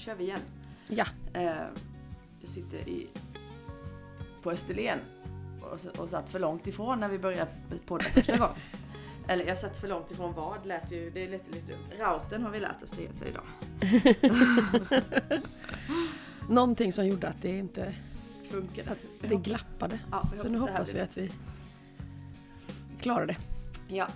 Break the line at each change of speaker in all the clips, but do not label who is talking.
kör vi igen.
Ja.
Jag sitter på Österlen och satt för långt ifrån när vi började podda första gången. Eller jag satt för långt ifrån vad, lät ju, det är lite dumt. Routern har vi lärt oss det heter idag.
Någonting som gjorde att det inte
funkade.
Det glappade.
Ja,
så nu hoppas vi att vi klarar det.
Ja.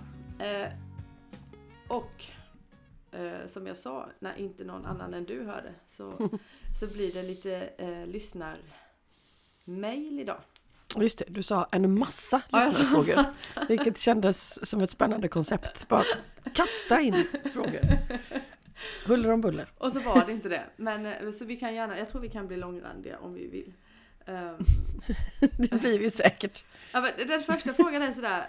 Och som jag sa, när inte någon annan än du hörde så blir det lite lyssnarmail idag.
Just det, du sa en massa lyssnarfrågor. Vilket kändes som ett spännande koncept. Bara kasta in frågor. Huller om buller.
Och så var det inte det. Men så vi kan gärna, jag tror vi kan bli långrandiga om vi vill.
Det blir vi säkert.
Ja, men den första frågan är sådär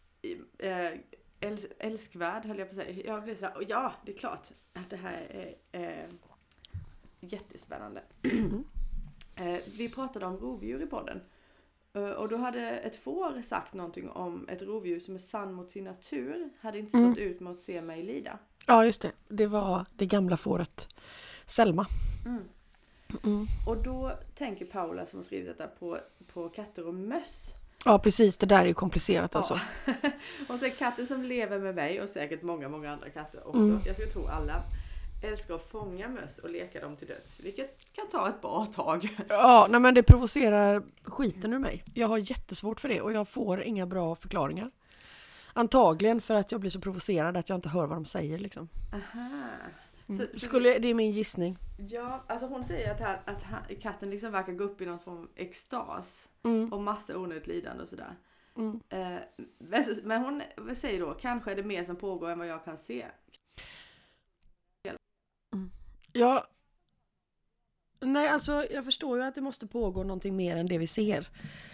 älskvärd höll jag på att säga. Jag blir sådär, ja det är klart att det här är jättespännande. Vi pratade om rovdjur i podden. Och då hade ett får sagt någonting om ett rovdjur som är sann mot sin natur. Hade inte stått ut med att se mig lida.
Ja just det, det var det gamla fåret Selma.
Och då tänker Paula som har skrivit detta på katter och möss.
Ja precis, det där är ju komplicerat alltså.
Och så är katten som lever med mig och säkert många andra katter också. Jag skulle tro alla älskar att fånga möss och leka dem till döds. Vilket kan ta ett bra tag.
Ja, nej men det provocerar skiten ur mig. Jag har jättesvårt för det och jag får inga bra förklaringar. Antagligen för att jag blir så provocerad att jag inte hör vad de säger liksom.
Aha.
Det är min gissning.
Ja, alltså hon säger att katten liksom verkar gå upp i någon form av extas. Och massa onödigt lidande och sådär. Men hon säger då, kanske är det mer som pågår än vad jag kan se.
Ja. Nej, alltså jag förstår ju att det måste pågå någonting mer än det vi ser.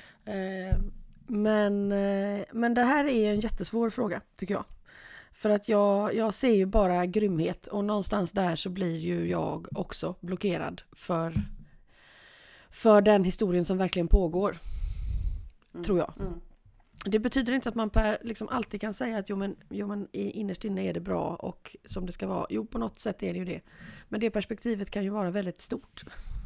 Men det här är en jättesvår fråga, tycker jag. För att jag ser ju bara grymhet och någonstans där så blir ju jag också blockerad för den historien som verkligen pågår. Tror jag. Det betyder inte att man liksom alltid kan säga att jo men innerst inne är det bra och som det ska vara. Jo, på något sätt är det ju det. Men det perspektivet kan ju vara väldigt stort.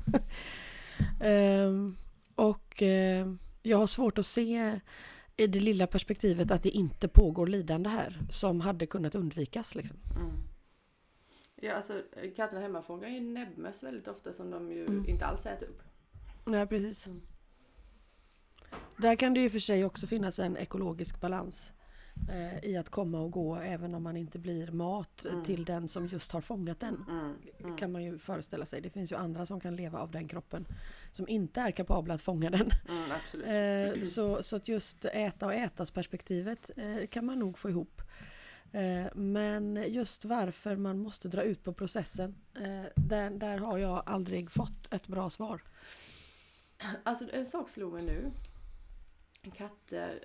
Jag har svårt att se i det lilla perspektivet att det inte pågår lidande här som hade kunnat undvikas liksom.
Ja, alltså katterna hemma fångar ju näbbmöss väldigt ofta som de ju inte alls äter upp.
Nej, precis. Där kan det ju för sig också finnas en ekologisk balans i att komma och gå även om man inte blir mat till den som just har fångat den. Kan man ju föreställa sig. Det finns ju andra som kan leva av den kroppen som inte är kapabla att fånga den.
Absolut.
Så att just äta och ätas perspektivet kan man nog få ihop. Men just varför man måste dra ut på processen, där har jag aldrig fått ett bra svar.
Alltså en sak slog mig nu. Katter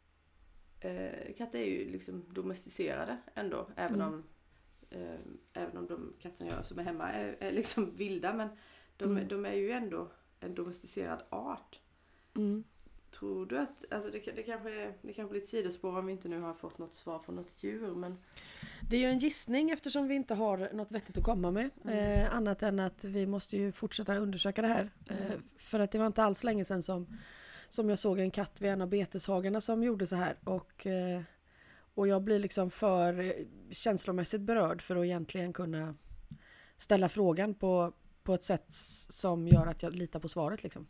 är ju liksom domesticerade ändå, även om de katterna som är hemma är liksom vilda, men de är ju ändå en domesticerad art. Tror du att, alltså det kanske blir ett sidospår om vi inte nu har fått något svar från något djur, men
det är ju en gissning eftersom vi inte har något vettigt att komma med. Annat än att vi måste ju fortsätta undersöka det här. För att det var inte alls länge sedan som jag såg en katt vid en av beteshagarna som gjorde så här. Och jag blir liksom för känslomässigt berörd för att egentligen kunna ställa frågan på ett sätt som gör att jag litar på svaret liksom.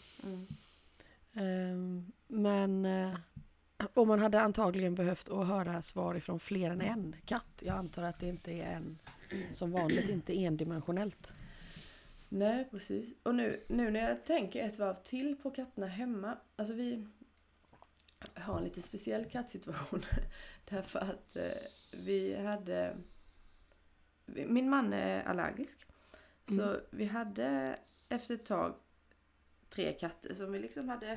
Men och man hade antagligen behövt att höra svar ifrån fler än en katt. Jag antar att det inte är som vanligt inte endimensionellt.
Nej, precis. Och nu när jag tänker ett varv till på katterna hemma. Alltså vi har en lite speciell kattsituation. Därför att min man är allergisk. Så vi hade efter ett tag 3 katter som vi liksom hade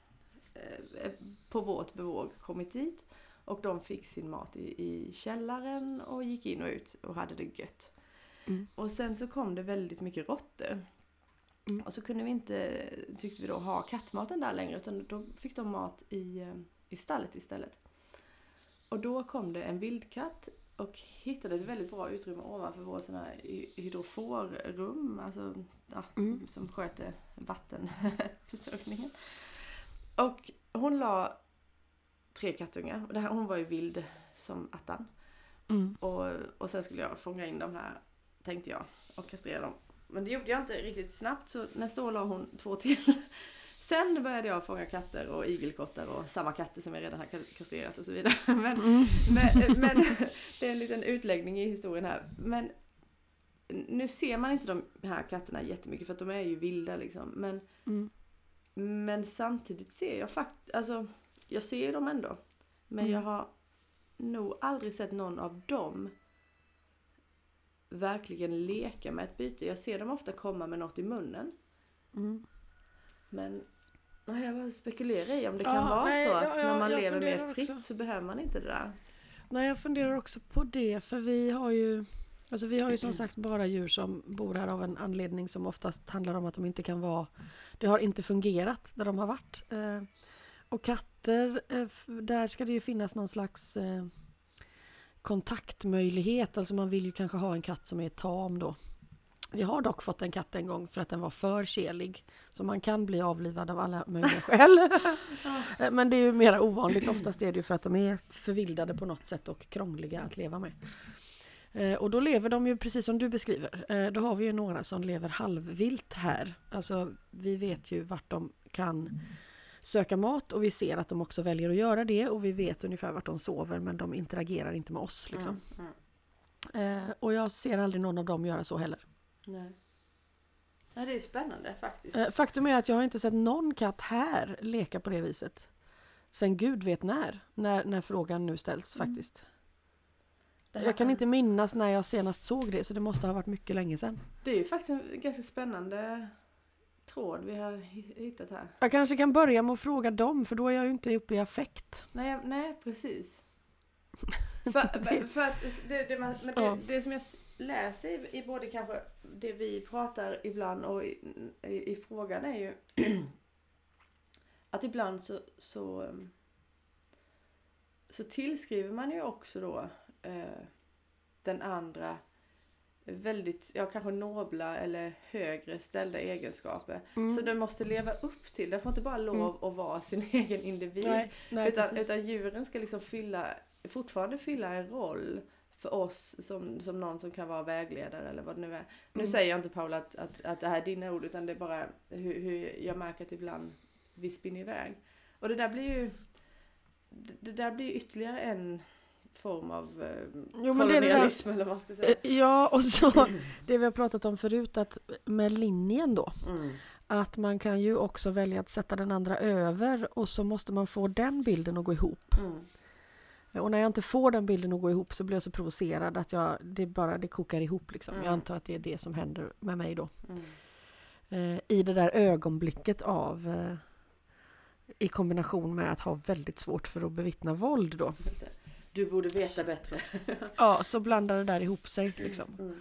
på vårt bevåg kommit dit. Och de fick sin mat i källaren och gick in och ut och hade det gött. Och sen så kom det väldigt mycket råttor. Och så kunde vi inte, tyckte vi då, ha kattmaten där längre, utan då fick de mat i stallet istället. Och då kom det en vildkatt och hittade ett väldigt bra utrymme ovanför vår sån här hydroforrum, alltså som sköter vattenförsörjningen. Och hon la 3 kattungar. Och hon var ju vild som attan. Och sen skulle jag fånga in de här, tänkte jag, och kastrera dem. Men det gjorde jag inte riktigt snabbt, så nästa år la hon 2 till. Sen började jag fånga katter och igelkottar och samma katter som jag redan har kastrerat och så vidare. Men det är en liten utläggning i historien här. Men nu ser man inte de här katterna jättemycket för att de är ju vilda liksom. Men samtidigt ser jag faktiskt, alltså jag ser dem ändå. Men jag har nog aldrig sett någon av dem verkligen leka med ett byte. Jag ser dem ofta komma med något i munnen. Men jag bara spekulerar i om det kan vara så att när man lever mer fritt också, så behöver man inte det där.
Nej, jag funderar också på det, för vi har ju som sagt bara djur som bor här av en anledning som oftast handlar om att de inte kan vara, det har inte fungerat där de har varit. Och katter, där ska det ju finnas någon slags kontaktmöjlighet, alltså man vill ju kanske ha en katt som är tam då. Vi har dock fått en katt en gång för att den var för kelig. Så man kan bli avlivad av alla möjliga skäl. Men det är ju mer ovanligt. Oftast är det ju för att de är förvildade på något sätt och krångliga att leva med. Och då lever de ju precis som du beskriver. Då har vi ju några som lever halvvilt här. Alltså vi vet ju vart de kan söka mat och vi ser att de också väljer att göra det. Och vi vet ungefär vart de sover, men de interagerar inte med oss liksom. Och jag ser aldrig någon av dem göra så heller.
Nej. Ja, det är spännande faktiskt.
Faktum är att jag har inte sett någon katt här leka på det viset. Sen Gud vet när frågan nu ställs faktiskt. Jag kan inte minnas när jag senast såg det, så det måste ha varit mycket länge sedan.
Det är ju faktiskt en ganska spännande tråd vi har hittat här.
Jag kanske kan börja med att fråga dem, för då är jag ju inte uppe i affekt.
Nej precis. för att det som jag läser i både kanske det vi pratar ibland och i frågan är ju att ibland så tillskriver man ju också då den andra väldigt, kanske nobla eller högre ställda egenskaper. Så den måste leva upp till. Den får inte bara lov att vara sin egen individ. Nej, utan djuren ska liksom fortfarande fylla en roll för oss som någon som kan vara vägledare eller vad det nu är. Nu säger jag inte, Paula, att det här är dina ord, utan det är bara hur jag märker att ibland vi spinner iväg. Och det där blir ytterligare en form av kolonialism eller vad ska jag säga.
Ja, och så det vi har pratat om förut, att med linjen då. Att man kan ju också välja att sätta den andra över, och så måste man få den bilden att gå ihop. Och när jag inte får den bilden att gå ihop så blir jag så provocerad att det kokar ihop liksom. Jag antar att det är det som händer med mig då. I det där ögonblicket av i kombination med att ha väldigt svårt för att bevittna våld då.
Du borde veta bättre.
Ja, så blandar det där ihop sig liksom.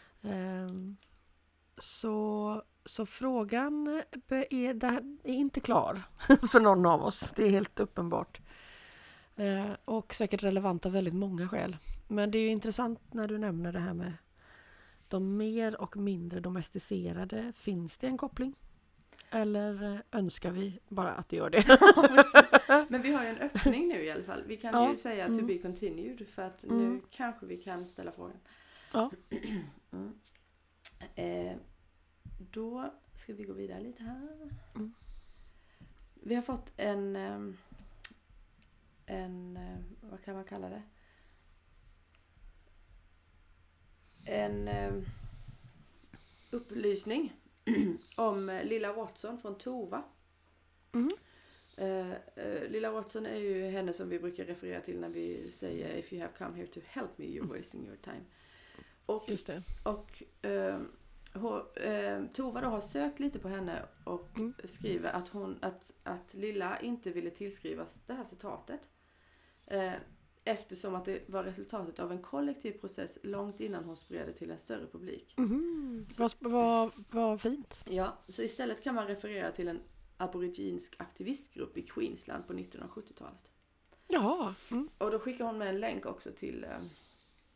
Så frågan är inte klar för någon av oss. Det är helt uppenbart. Och säkert relevant av väldigt många skäl. Men det är ju intressant när du nämner det här med de mer och mindre domesticerade. Finns det en koppling? Eller önskar vi bara att det gör det?
Men vi har ju en öppning nu i alla fall. Vi kan ju säga to be continued, för att nu kanske vi kan ställa frågan.
Ja.
Då ska vi gå vidare lite här. Vi har fått en vad kan man kalla det? En upplysning om lilla Watson från Tova. Lilla Watson är ju henne som vi brukar referera till när vi säger if you have come here to help me, you're wasting your time. Och,
just det.
Och Tova då har sökt lite på henne och skriver att Lilla inte ville tillskrivas det här citatet. Eftersom att det var resultatet av en kollektiv process långt innan hon spred det till en större publik.
Vad fint.
Ja, så istället kan man referera till en aboriginsk aktivistgrupp i Queensland på 1970-talet.
Jaha.
Och då skickar hon med en länk också till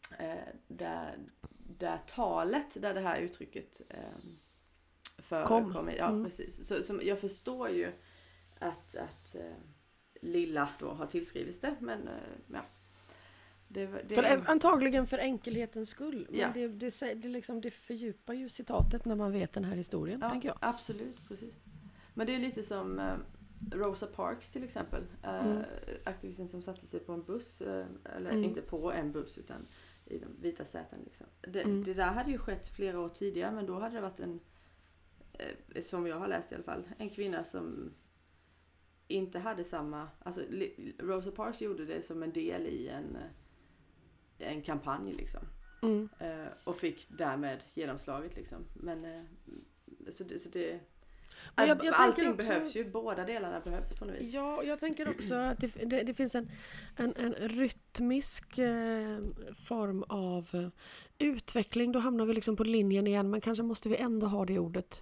där talet, där det här uttrycket förekommer. Ja, precis. Så jag förstår ju att Lilla då har tillskrivits det, men ja.
Antagligen för enkelhetens skull. Men
ja.
det fördjupar ju citatet när man vet den här historien, tänker jag.
Absolut, precis. Men det är lite som Rosa Parks till exempel. Aktivisten som satte sig på en buss, eller inte på en buss utan i de vita säten. Liksom. Det där hade ju skett flera år tidigare, men då hade det varit som jag har läst i alla fall, en kvinna som inte hade samma... Alltså Rosa Parks gjorde det som en del i en kampanj liksom. Och fick därmed genomslaget liksom. Men så det allting behövs ju, båda delarna behövs på något vis.
Ja, jag tänker också att det finns en rytmisk form av utveckling. Då hamnar vi liksom på linjen igen, men kanske måste vi ändå ha det ordet.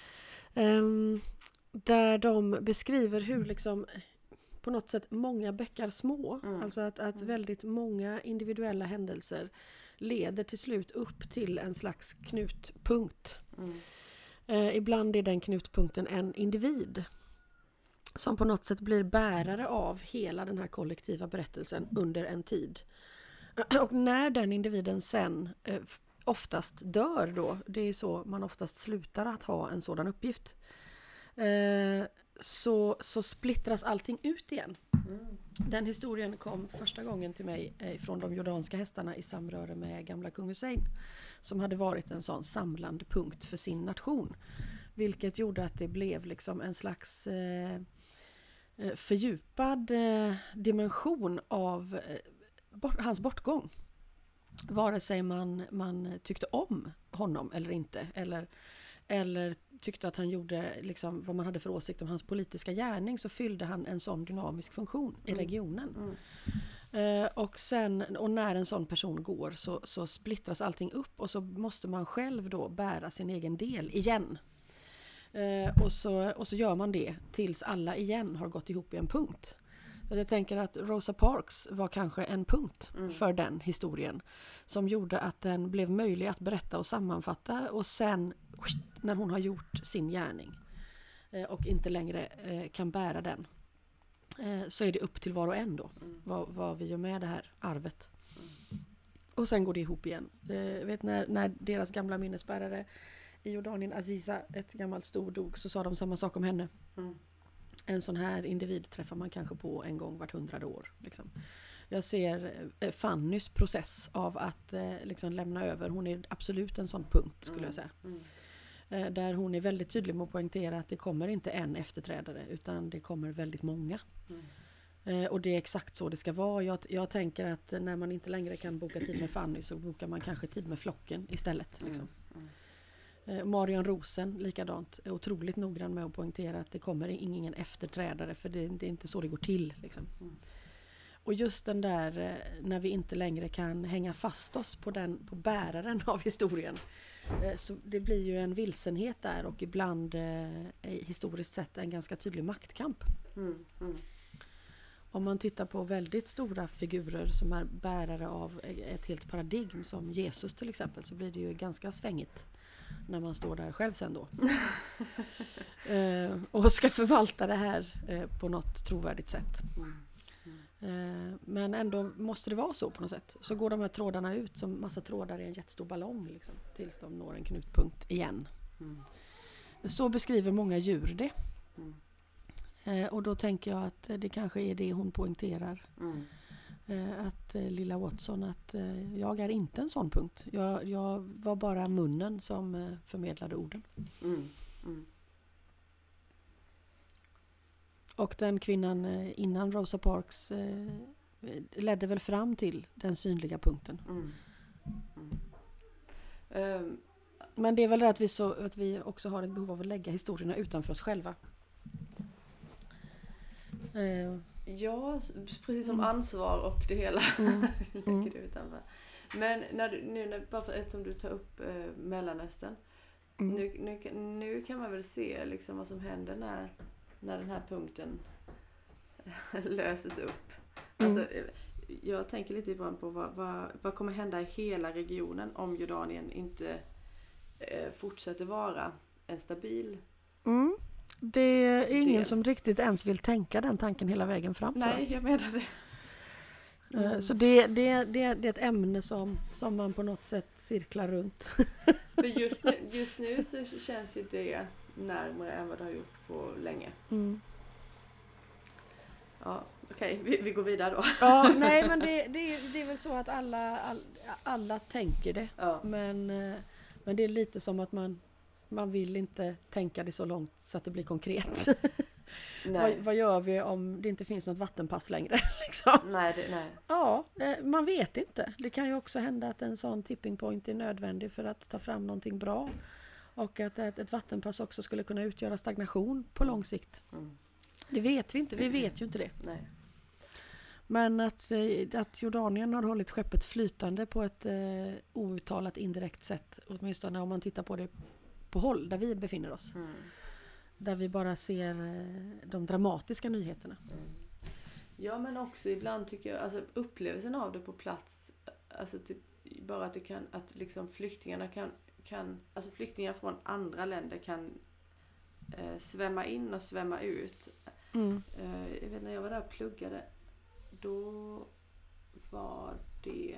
Där de beskriver hur liksom på något sätt många bäckar små. Alltså att väldigt många individuella händelser leder till slut upp till en slags knutpunkt. Ibland är den knutpunkten en individ som på något sätt blir bärare av hela den här kollektiva berättelsen under en tid. Och när den individen sen oftast dör då, det är så man oftast slutar att ha en sådan uppgift, så splittras allting ut igen. Den historien kom första gången till mig från de jordanska hästarna i samröre med gamla kung Hussein, som hade varit en sån samlande punkt för sin nation. Vilket gjorde att det blev liksom en slags fördjupad dimension av hans bortgång. Vare sig man tyckte om honom eller inte. Eller tyckte att han gjorde liksom, vad man hade för åsikt om hans politiska gärning, så fyllde han en sån dynamisk funktion i regionen. Och när en sån person går så splittras allting upp, och så måste man själv då bära sin egen del igen. Och så gör man det tills alla igen har gått ihop i en punkt. Jag tänker att Rosa Parks var kanske en punkt för den historien som gjorde att den blev möjlig att berätta och sammanfatta, och sen när hon har gjort sin gärning och inte längre kan bära den, så är det upp till var och en då vad vi gör med det här arvet. Och sen går det ihop igen. Jag vet när deras gamla minnesbärare i Jordanien, Aziza, ett gammalt stor, dog, så sa de samma sak om henne. En sån här individ träffar man kanske på en gång vart 100 år. Liksom. Jag ser Fannys process av att liksom lämna över. Hon är absolut en sån punkt, skulle jag säga. Där hon är väldigt tydlig med att poängtera att det kommer inte en efterträdare, utan det kommer väldigt många. Och det är exakt så det ska vara. Jag tänker att när man inte längre kan boka tid med Fanny, så bokar man kanske tid med flocken istället. Liksom. Marion Rosen, likadant, är otroligt noggrann med att poängtera att det kommer ingen efterträdare, för det är inte så det går till. Liksom. Och just den där, när vi inte längre kan hänga fast oss på bäraren av historien, så det blir ju en vilsenhet där, och ibland historiskt sett en ganska tydlig maktkamp. Om man tittar på väldigt stora figurer som är bärare av ett helt paradigm, som Jesus till exempel, så blir det ju ganska svängigt när man står där själv sen då. Och ska förvalta det här på något trovärdigt sätt. Men ändå måste det vara så på något sätt. Så går de här trådarna ut som massa trådar i en jättestor ballong liksom, tills de når en knutpunkt igen. Så beskriver många djur det. Och då tänker jag att det kanske är det hon poängterar. Att lilla Watson, att jag är inte en sån punkt. Jag var bara munnen som förmedlade orden. Och den kvinnan innan Rosa Parks ledde väl fram till den synliga punkten. Men det är väl det att vi också har ett behov av att lägga historierna utanför oss själva.
Ja, precis som ansvar och det hela lägger det utanför. Men eftersom du tar upp Mellanöstern, nu kan man väl se liksom vad som händer när den här punkten löses upp. Alltså, jag tänker lite ibland på vad kommer hända i hela regionen om Jordanien inte fortsätter vara en stabil...
Det är ingen som riktigt ens vill tänka den tanken hela vägen fram.
Nej, jag menar det.
Så det är ett ämne som man på något sätt cirklar runt.
För just nu så känns ju det närmare än vad det har gjort på länge. Ja, okej, vi går vidare då.
Ja, nej, men det är väl så att alla tänker det.
Ja.
Men det är lite som att man vill inte tänka det så långt så att det blir konkret. Vad gör vi om det inte finns något vattenpass längre? Liksom?
Nej.
Ja, man vet inte. Det kan ju också hända att en sån tipping point är nödvändig för att ta fram någonting bra. Och att ett vattenpass också skulle kunna utgöra stagnation på lång sikt. Det vet vi inte. Vi vet ju inte det.
Nej.
Men att Jordanien har hållit skeppet flytande på ett outtalat indirekt sätt. Åtminstone om man tittar på det på håll där vi befinner oss. Där vi bara ser de dramatiska nyheterna.
Ja, men också ibland tycker jag, alltså upplevelsen av det på plats, alltså typ, bara att det kan, att liksom flyktingarna kan alltså flyktingar från andra länder kan svämma in och svämma ut. Jag vet när jag var där och pluggade, då var det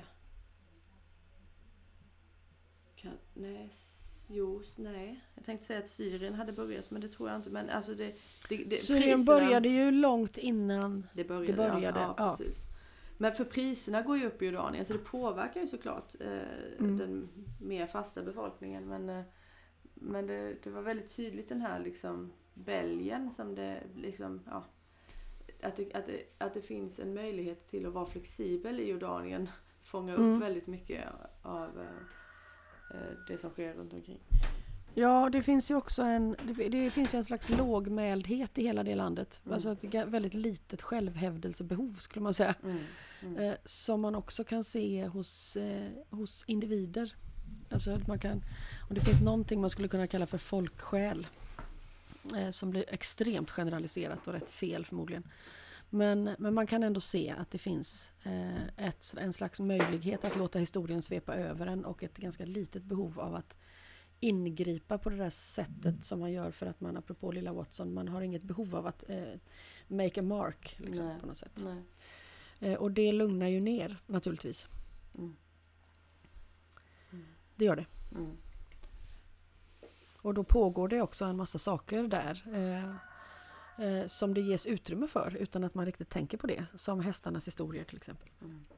nej. Jag tänkte säga att Syrien hade börjat, men det tror jag inte. Men alltså
Syrien började ju långt innan det började.
Ja, precis. Men för priserna går ju upp i Jordanien, så det påverkar ju såklart den mer fasta befolkningen. Men det var väldigt tydligt den här liksom Belgien som det liksom, ja, att det finns en möjlighet till att vara flexibel i Jordanien, fånga upp väldigt mycket av det som sker runt omkring.
Ja, det finns ju också det finns ju en slags lågmäldhet i hela det landet. Alltså ett väldigt litet självhävdelsebehov skulle man säga. Som man också kan se hos individer. Alltså och det finns någonting man skulle kunna kalla för folksjäl. Som blir extremt generaliserat och rätt fel förmodligen. Men man kan ändå se att det finns en slags möjlighet att låta historien svepa över en och ett ganska litet behov av att ingripa på det där sättet som man gör för att man, apropå lilla Watson, man har inget behov av att make a mark liksom, på något sätt. Och det lugnar ju ner naturligtvis. Det gör det. Och då pågår det också en massa saker där som det ges utrymme för utan att man riktigt tänker på det. Som hästarnas historier till exempel.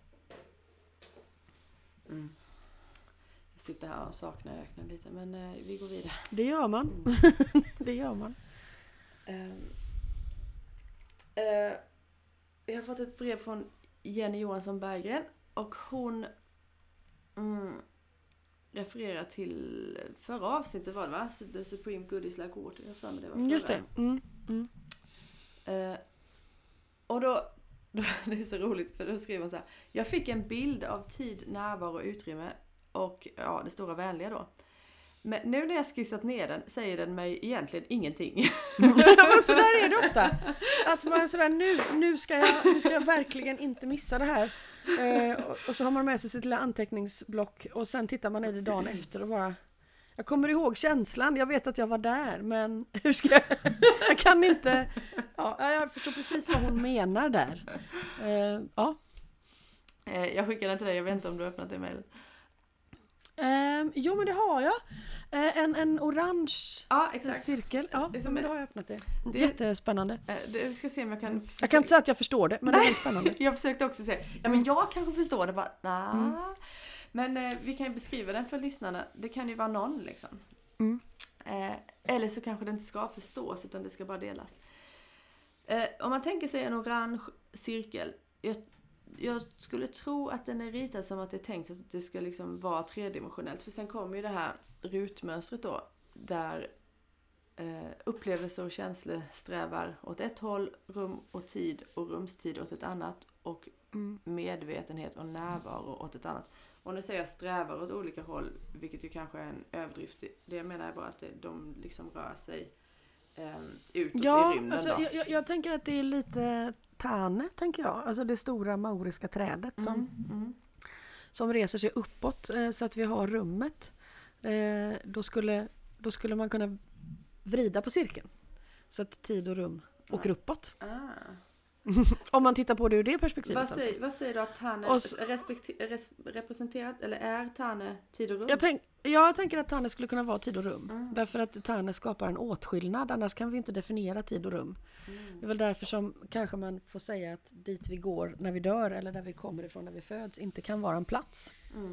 Jag sitter här och saknar öknen lite, men vi går vidare.
Det gör man. Det gör man.
Jag har fått ett brev från Jenny Johansson Berggren och hon refererar till förra avsnittet, var det va? The Supreme Good is like water. Jag för mig det var förra.
Just det.
Och då det är så roligt, för då skriver hon så här: jag fick en bild av tid, närvaro och utrymme och ja, det stora vänliga då. Men nu när jag skissat ner den säger den mig egentligen ingenting.
Men så där är det ofta. Att man sådär, nu ska jag verkligen inte missa det här. Och så har man med sig sitt lilla anteckningsblock och sen tittar man i det dagen efter och bara, jag kommer ihåg känslan, jag vet att jag var där, men hur ska jag kan inte, ja, jag förstår precis vad hon menar där. Ja.
Jag skickar den till dig, jag vet inte om du har öppnat det mejlet.
Jo, men det har jag. En orange cirkel. Ja, men det har jag öppnat det. Jättespännande.
Vi ska se om jag kan...
Jag kan inte säga att jag förstår det, men det är spännande.
Jag försökte också säga, ja men jag kanske förstår det bara. Men vi kan ju beskriva den för lyssnarna. Det kan ju vara någon liksom. Eller så kanske det inte ska förstås, utan det ska bara delas. Om man tänker sig en orange cirkel. Jag skulle tro att den är ritad som att det är tänkt att det ska liksom vara tredimensionellt. För sen kommer ju det här rutmönstret då. Där upplevelser och känslor strävar åt ett håll. Rum och tid och rumstid åt ett annat. Och medvetenhet och närvaro åt ett annat. Och nu säger jag strävar åt olika håll. Vilket ju kanske är en överdrift. Det jag menar är bara att de liksom rör sig utåt i rymden.
Alltså, jag tänker att det är lite Tane, tänker jag. Alltså det stora maoriska trädet som reser sig uppåt så att vi har rummet. Då skulle man kunna vrida på cirkeln. Så att tid och rum åker uppåt. Om man tittar på det ur det perspektivet.
Vad säger du att Tane representerat, eller är Tane tid och rum?
Jag tänker att Tane skulle kunna vara tid och rum. Därför att Tane skapar en åtskillnad. Annars kan vi inte definiera tid och rum. Det är väl därför som kanske man får säga att dit vi går när vi dör eller där vi kommer ifrån när vi föds inte kan vara en plats.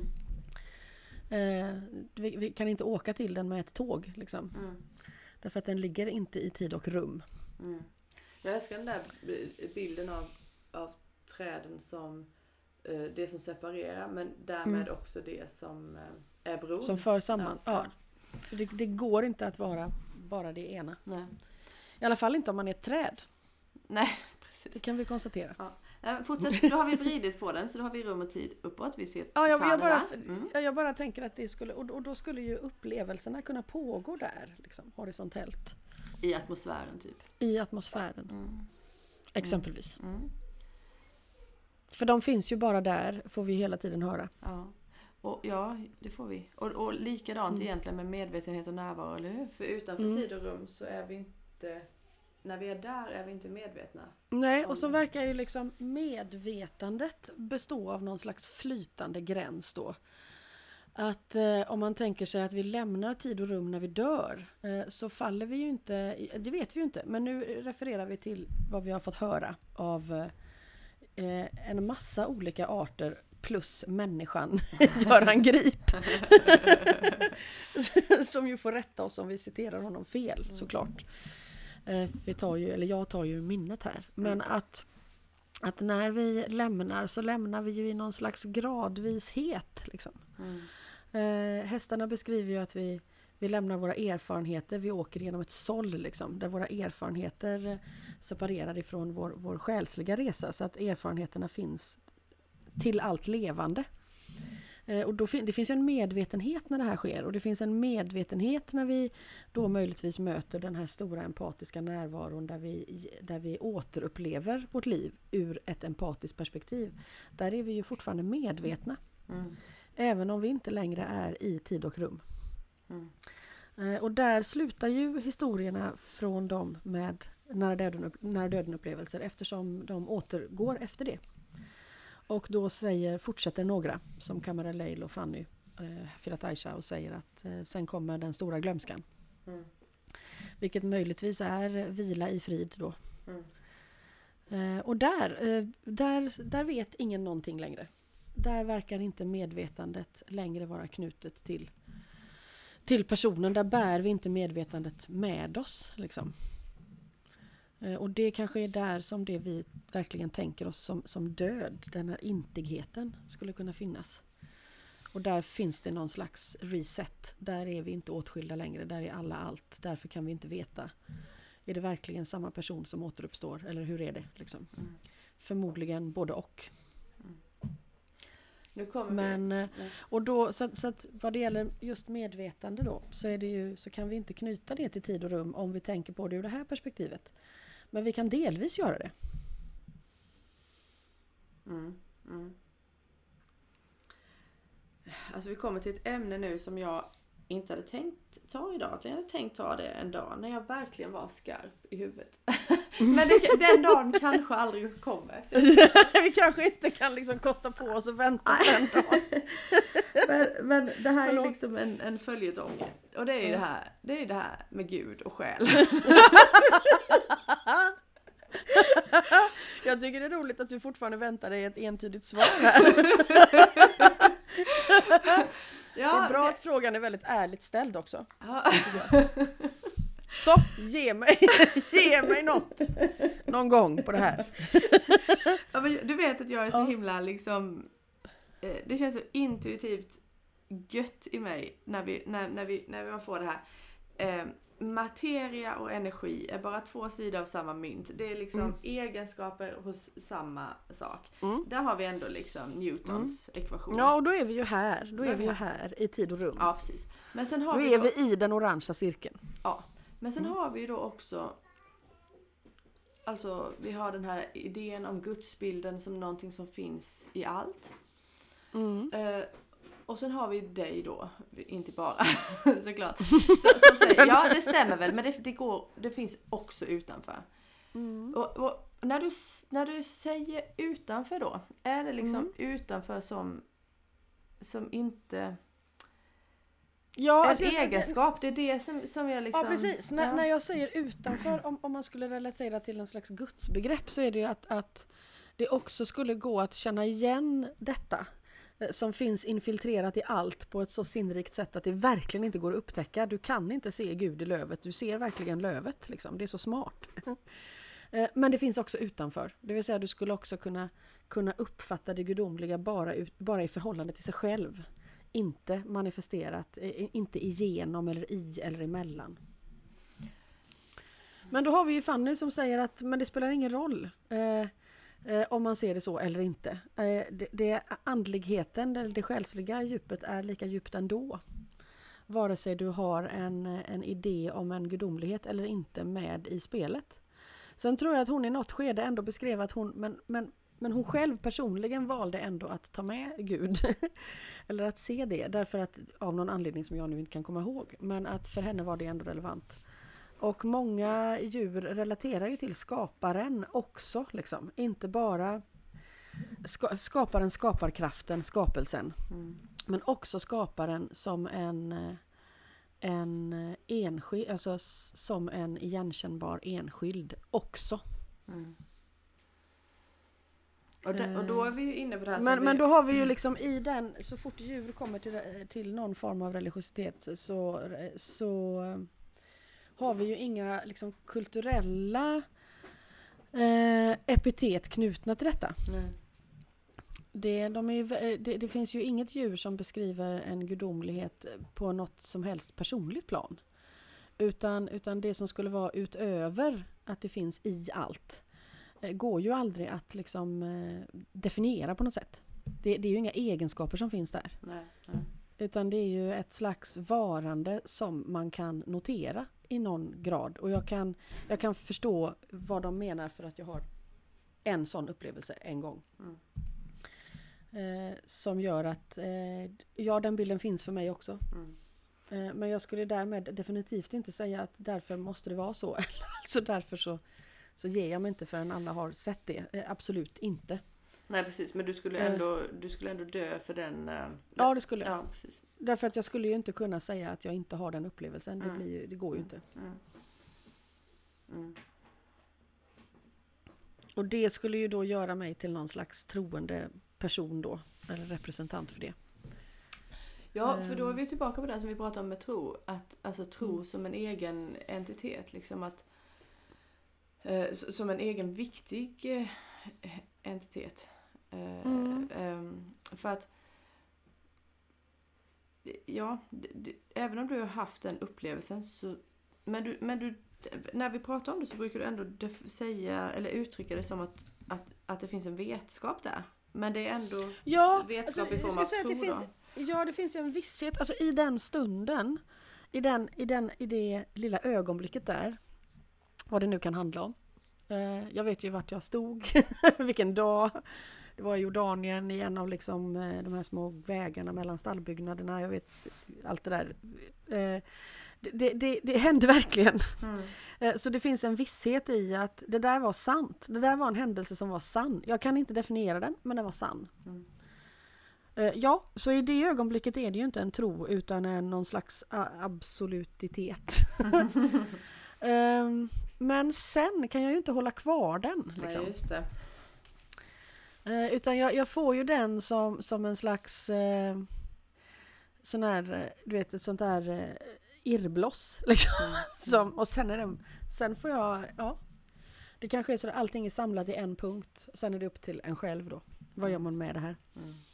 Vi kan inte åka till den med ett tåg liksom. Därför att den ligger inte i tid och rum.
Jag älskar den där bilden av träden som det som separerar, men därmed också det som är bron.
Som för samman. Ja. För det går inte att vara bara det ena.
Nej.
I alla fall inte om man är ett träd.
Nej, precis.
Det kan vi konstatera.
Ja. Fortsätt, då har vi vridit på den, så då har vi rum och tid uppåt. Vi ser
jag bara tänker att det skulle, och då skulle ju upplevelserna kunna pågå där, liksom, horisontellt.
I atmosfären typ.
I atmosfären. Exempelvis. För de finns ju bara där, får vi hela tiden höra.
Ja, det får vi. Och likadant egentligen med medvetenhet och närvaro, eller hur? För utanför tid och rum så är vi inte... När vi är där är vi inte medvetna.
Nej, och så verkar ju liksom medvetandet bestå av någon slags flytande gräns då. Att om man tänker sig att vi lämnar tid och rum när vi dör, så faller vi ju inte, det vet vi ju inte, men nu refererar vi till vad vi har fått höra av en massa olika arter plus människan Göran Grip. Som ju får rätta oss om vi citerar honom fel, såklart. Jag tar ju minnet här. Men att när vi lämnar så lämnar vi ju i någon slags gradvishet. Liksom. Hästarna beskriver ju att vi lämnar våra erfarenheter. Vi åker genom ett såll liksom, där våra erfarenheter separerar ifrån vår själsliga resa. Så att erfarenheterna finns till allt levande. Och det finns ju en medvetenhet när det här sker, och det finns en medvetenhet när vi då möjligtvis möter den här stora empatiska närvaron där vi återupplever vårt liv ur ett empatiskt perspektiv. Där är vi ju fortfarande medvetna. Även om vi inte längre är i tid och rum. Och där slutar ju historierna från dem med nära döden upplevelser, eftersom de återgår efter det. Och då fortsätter några, som Kamara Leil och Fanny Firat Aisha, och säger att sen kommer den stora glömskan. Vilket möjligtvis är vila i frid då. Och där vet ingen någonting längre. Där verkar inte medvetandet längre vara knutet till personen. Där bär vi inte medvetandet med oss liksom. Och det kanske är där som det vi verkligen tänker oss som död, den här intigheten skulle kunna finnas. Och där finns det någon slags reset. Där är vi inte åtskilda längre, där är alla allt. Därför kan vi inte veta. Är det verkligen samma person som återuppstår? Eller hur är det? Liksom? Förmodligen både och.
Nu kommer
och då, så att vad det gäller just medvetande då, så kan vi inte knyta det till tid och rum om vi tänker på det ur det här perspektivet. Men vi kan delvis göra det.
Alltså vi kommer till ett ämne nu som jag inte hade tänkt ta idag. Jag hade tänkt ta det en dag när jag verkligen var skarp i huvudet. Men den dagen kanske aldrig kommer.
Vi kanske inte kan liksom kosta på oss och vänta på den dagen.
men det här är liksom en följetong. Och det är ju det här med Gud och själ.
Jag tycker det är roligt att du fortfarande väntar dig ett entydigt svar här. Det är bra att frågan är väldigt ärligt ställd också. Så, ge mig något någon gång på det här.
Ja, men du vet att jag är så himla liksom, det känns så intuitivt gött i mig när man får det här. Materia och energi är bara två sidor av samma mynt. Det är liksom egenskaper hos samma sak. Där har vi ändå liksom Newtons ekvation.
Ja, och då är vi ju här. Då är vi ju här i tid och rum.
Ja, precis. Men sen har
då är vi i den orangea cirkeln.
Ja, men sen har vi ju då också alltså vi har den här idén om gudsbilden som någonting som finns i allt. Och sen har vi dig då, inte bara såklart. Som säger, ja det stämmer väl, men det finns också utanför. Och när du säger utanför då, är det liksom utanför som inte...
Ja,
alltså egenskap, det är det som jag liksom...
Ja, precis. När jag säger utanför, om man skulle relatera till en slags gudsbegrepp, så är det ju att det också skulle gå att känna igen detta som finns infiltrerat i allt på ett så sinnrikt sätt att det verkligen inte går att upptäcka. Du kan inte se Gud i lövet, du ser verkligen lövet. Liksom. Det är så smart. Men det finns också utanför. Det vill säga du skulle också kunna uppfatta det gudomliga bara i förhållande till sig själv. Inte manifesterat, inte igenom eller i eller emellan. Men då har vi ju Fanny som säger att men det spelar ingen roll om man ser det så eller inte. Det andligheten, det själsliga djupet är lika djupt ändå. Vare sig du har en idé om en gudomlighet eller inte med i spelet. Sen tror jag att hon i något skede ändå beskrev att men hon själv personligen valde ändå att ta med Gud. Eller att se det. Därför att av någon anledning som jag nu inte kan komma ihåg. Men att för henne var det ändå relevant. Och många djur relaterar ju till skaparen också. Liksom. Inte bara skaparen, skaparkraften, skapelsen. Men också skaparen som en enskild, alltså som en igenkännbar enskild också.
Och då är vi ju inne på det här
men då har vi ju liksom i den, så fort djur kommer till någon form av religiositet så har vi ju inga liksom kulturella epitet knutna till detta. Det finns ju inget djur som beskriver en gudomlighet på något som helst personligt plan. Utan det som skulle vara utöver att det finns i allt går ju aldrig att liksom definiera på något sätt. Det är ju inga egenskaper som finns där.
Nej.
Utan det är ju ett slags varande som man kan notera i någon grad. Och jag kan förstå vad de menar för att jag har en sån upplevelse en gång. Som gör att den bilden finns för mig också. Men jag skulle därmed definitivt inte säga att därför måste det vara så. Alltså därför så ger jag mig inte förrän alla har sett det. Absolut inte.
Nej, precis. Men du skulle ändå dö för den...
Ja, det skulle jag.
Ja, precis.
Därför att jag skulle ju inte kunna säga att jag inte har den upplevelsen. Det går ju inte. Och det skulle ju då göra mig till någon slags troende person då. Eller representant för det.
Ja, för då är vi tillbaka på det som vi pratade om med tro. Att, alltså tro som en egen entitet. Liksom att, som en egen viktig entitet. För att ja, även om du har haft den upplevelsen så, men du när vi pratar om det så brukar du ändå säga eller uttrycka det som att det finns en vetskap där. Men det är ändå vetskap i form av tro då.
Ja, det finns ju en visshet alltså i den stunden, i det lilla ögonblicket där, vad det nu kan handla om. Jag vet ju vart jag stod, vilken dag. Det var i Jordanien i en av liksom, de här små vägarna mellan stallbyggnaderna. Jag vet allt det där. Det hände verkligen. Så det finns en visshet i att det där var sant. Det där var en händelse som var sann. Jag kan inte definiera den, men den var sann. Ja, så i det ögonblicket är det ju inte en tro utan någon slags absolutitet. Men sen kan jag ju inte hålla kvar den. Liksom.
Nej, just det.
Utan jag får ju den som en slags sån här, du vet, ett sånt där irrbloss. Liksom. Och sen får jag, det kanske är så att allting är samlat i en punkt. Sen är det upp till en själv då. Vad gör man med det här?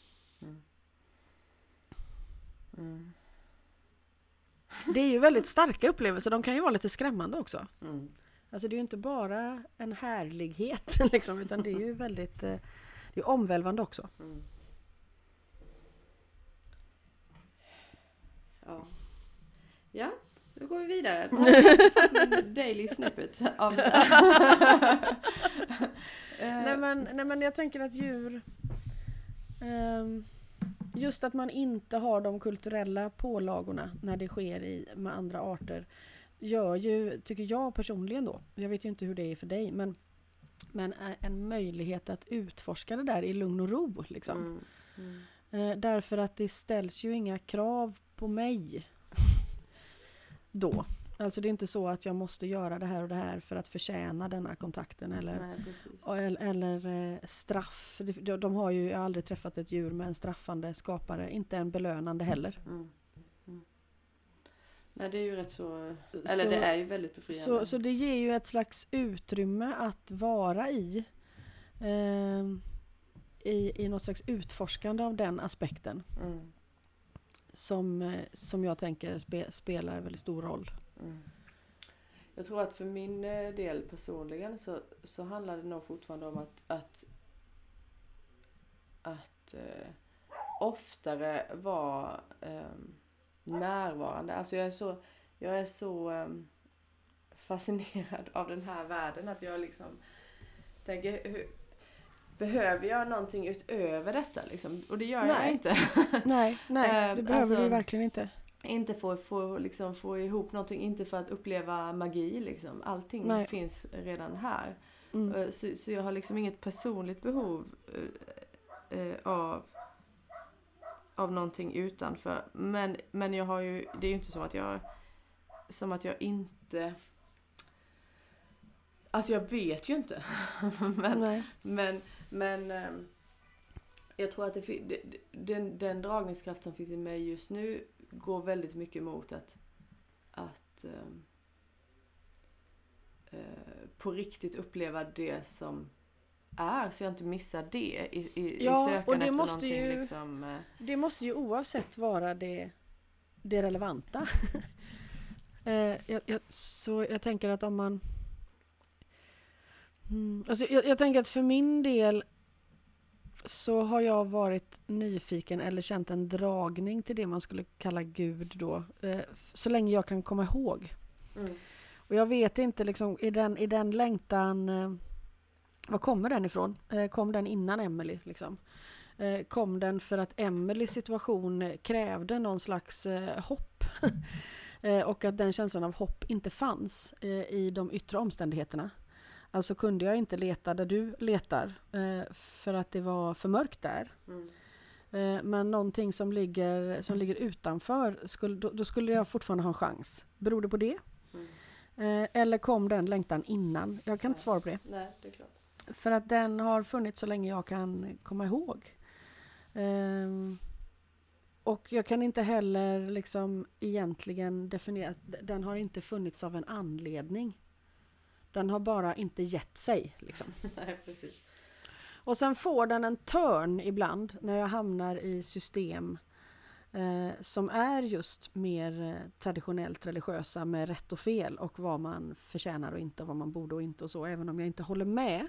Det är ju väldigt starka upplevelser. De kan ju vara lite skrämmande också. Alltså det är ju inte bara en härlighet liksom, utan det är ju väldigt det är omvälvande också.
Ja, Då går vi vidare. Nu har vi fått en daily snippet av det.
Nej men jag tänker att djur... just att man inte har de kulturella pålagorna när det sker med andra arter gör ju, tycker jag personligen då, jag vet ju inte hur det är för dig, men en möjlighet att utforska det där i lugn och ro liksom. Därför att det ställs ju inga krav på mig då. Alltså det är inte så att jag måste göra det här och det här för att förtjäna denna kontakten eller straff. De har ju aldrig träffat ett djur med en straffande skapare, inte en belönande heller.
Nej, det är ju rätt så... Eller det är ju väldigt befriande.
Så det ger ju ett slags utrymme att vara i något slags utforskande av den aspekten. Som jag tänker spelar en väldigt stor roll.
Jag tror att för min del personligen så handlar det nog fortfarande om att oftare vara närvarande. Alltså jag är så fascinerad av den här världen att jag liksom tänker, behöver jag någonting utöver detta liksom? Och det gör jag inte.
Nej, det behöver du verkligen inte.
Inte få ihop någonting, inte för att uppleva magi liksom. Allting finns redan här. Så jag har liksom inget personligt behov av någonting utanför. Men jag har ju, det är ju inte som att jag inte, alltså jag vet ju inte. men jag tror att den dragningskraft som finns i mig just nu går väldigt mycket mot att på riktigt uppleva det som är, så jag inte missar det i sökan
och det
efter
måste
någonting.
Ju,
liksom,
det måste ju oavsett vara det relevanta. Så jag tänker att om man... alltså jag tänker att för min del så har jag varit nyfiken eller känt en dragning till det man skulle kalla Gud då. Så länge jag kan komma ihåg. Och jag vet inte liksom, i den längtan... var kommer den ifrån? Kom den innan Emily liksom? Kom den för att Emilys situation krävde någon slags hopp? Och att den känslan av hopp inte fanns i de yttre omständigheterna. Alltså kunde jag inte leta där du letar för att det var för mörkt där. Men någonting som ligger utanför, då skulle jag fortfarande ha en chans. Beror det på det? Eller kom den längtan innan? Jag kan inte svara på det.
Nej, det är klart.
För att den har funnits så länge jag kan komma ihåg. Och jag kan inte heller liksom egentligen definiera att den har inte funnits av en anledning. Den har bara inte gett sig. Liksom.
Nej, precis.
Och sen får den en törn ibland när jag hamnar i system som är just mer traditionellt religiösa med rätt och fel och vad man förtjänar och inte och vad man borde och inte och så. Även om jag inte håller med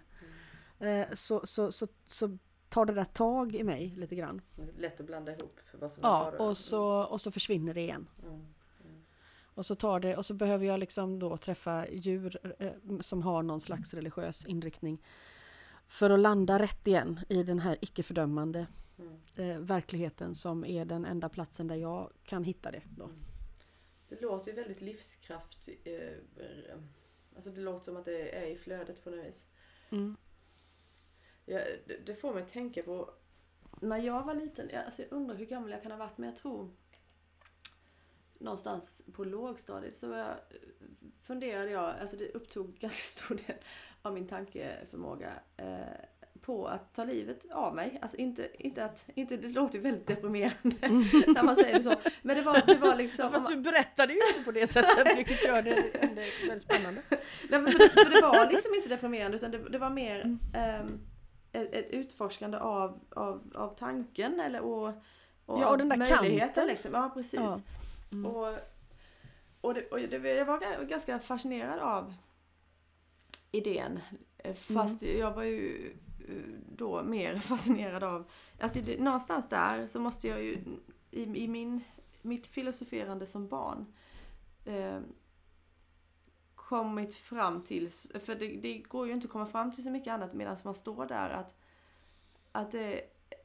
så tar det där tag i mig lite grann.
Lätt att blanda ihop vad som
och så försvinner det igen. Och så behöver jag liksom då träffa djur som har någon slags religiös inriktning för att landa rätt igen i den här icke-fördömande verkligheten som är den enda platsen där jag kan hitta det då.
Det låter ju väldigt livskraft. Alltså det låter som att det är i flödet på något vis. Det får mig att tänka på när jag var liten. Alltså jag undrar hur gammal jag kan ha varit, men jag tror någonstans på lågstadiet så funderade jag, alltså det upptog ganska stor del av min tankeförmåga på att ta livet av mig. Alltså inte det låter ju väldigt deprimerande när man säger det så. Men det var liksom...
Fast du berättade ju inte på det sättet, vilket gör det väldigt spännande.
Nej, men för det var liksom inte deprimerande, utan det var mer ett utforskande av tanken eller och
den där
möjligheten liksom. Ja, precis. Ja. Och jag var ganska fascinerad av idén. Fast jag var ju då mer fascinerad av... Alltså någonstans där så måste jag ju i mitt filosoferande som barn kommit fram till, för det går ju inte att komma fram till så mycket annat medan man står där, att det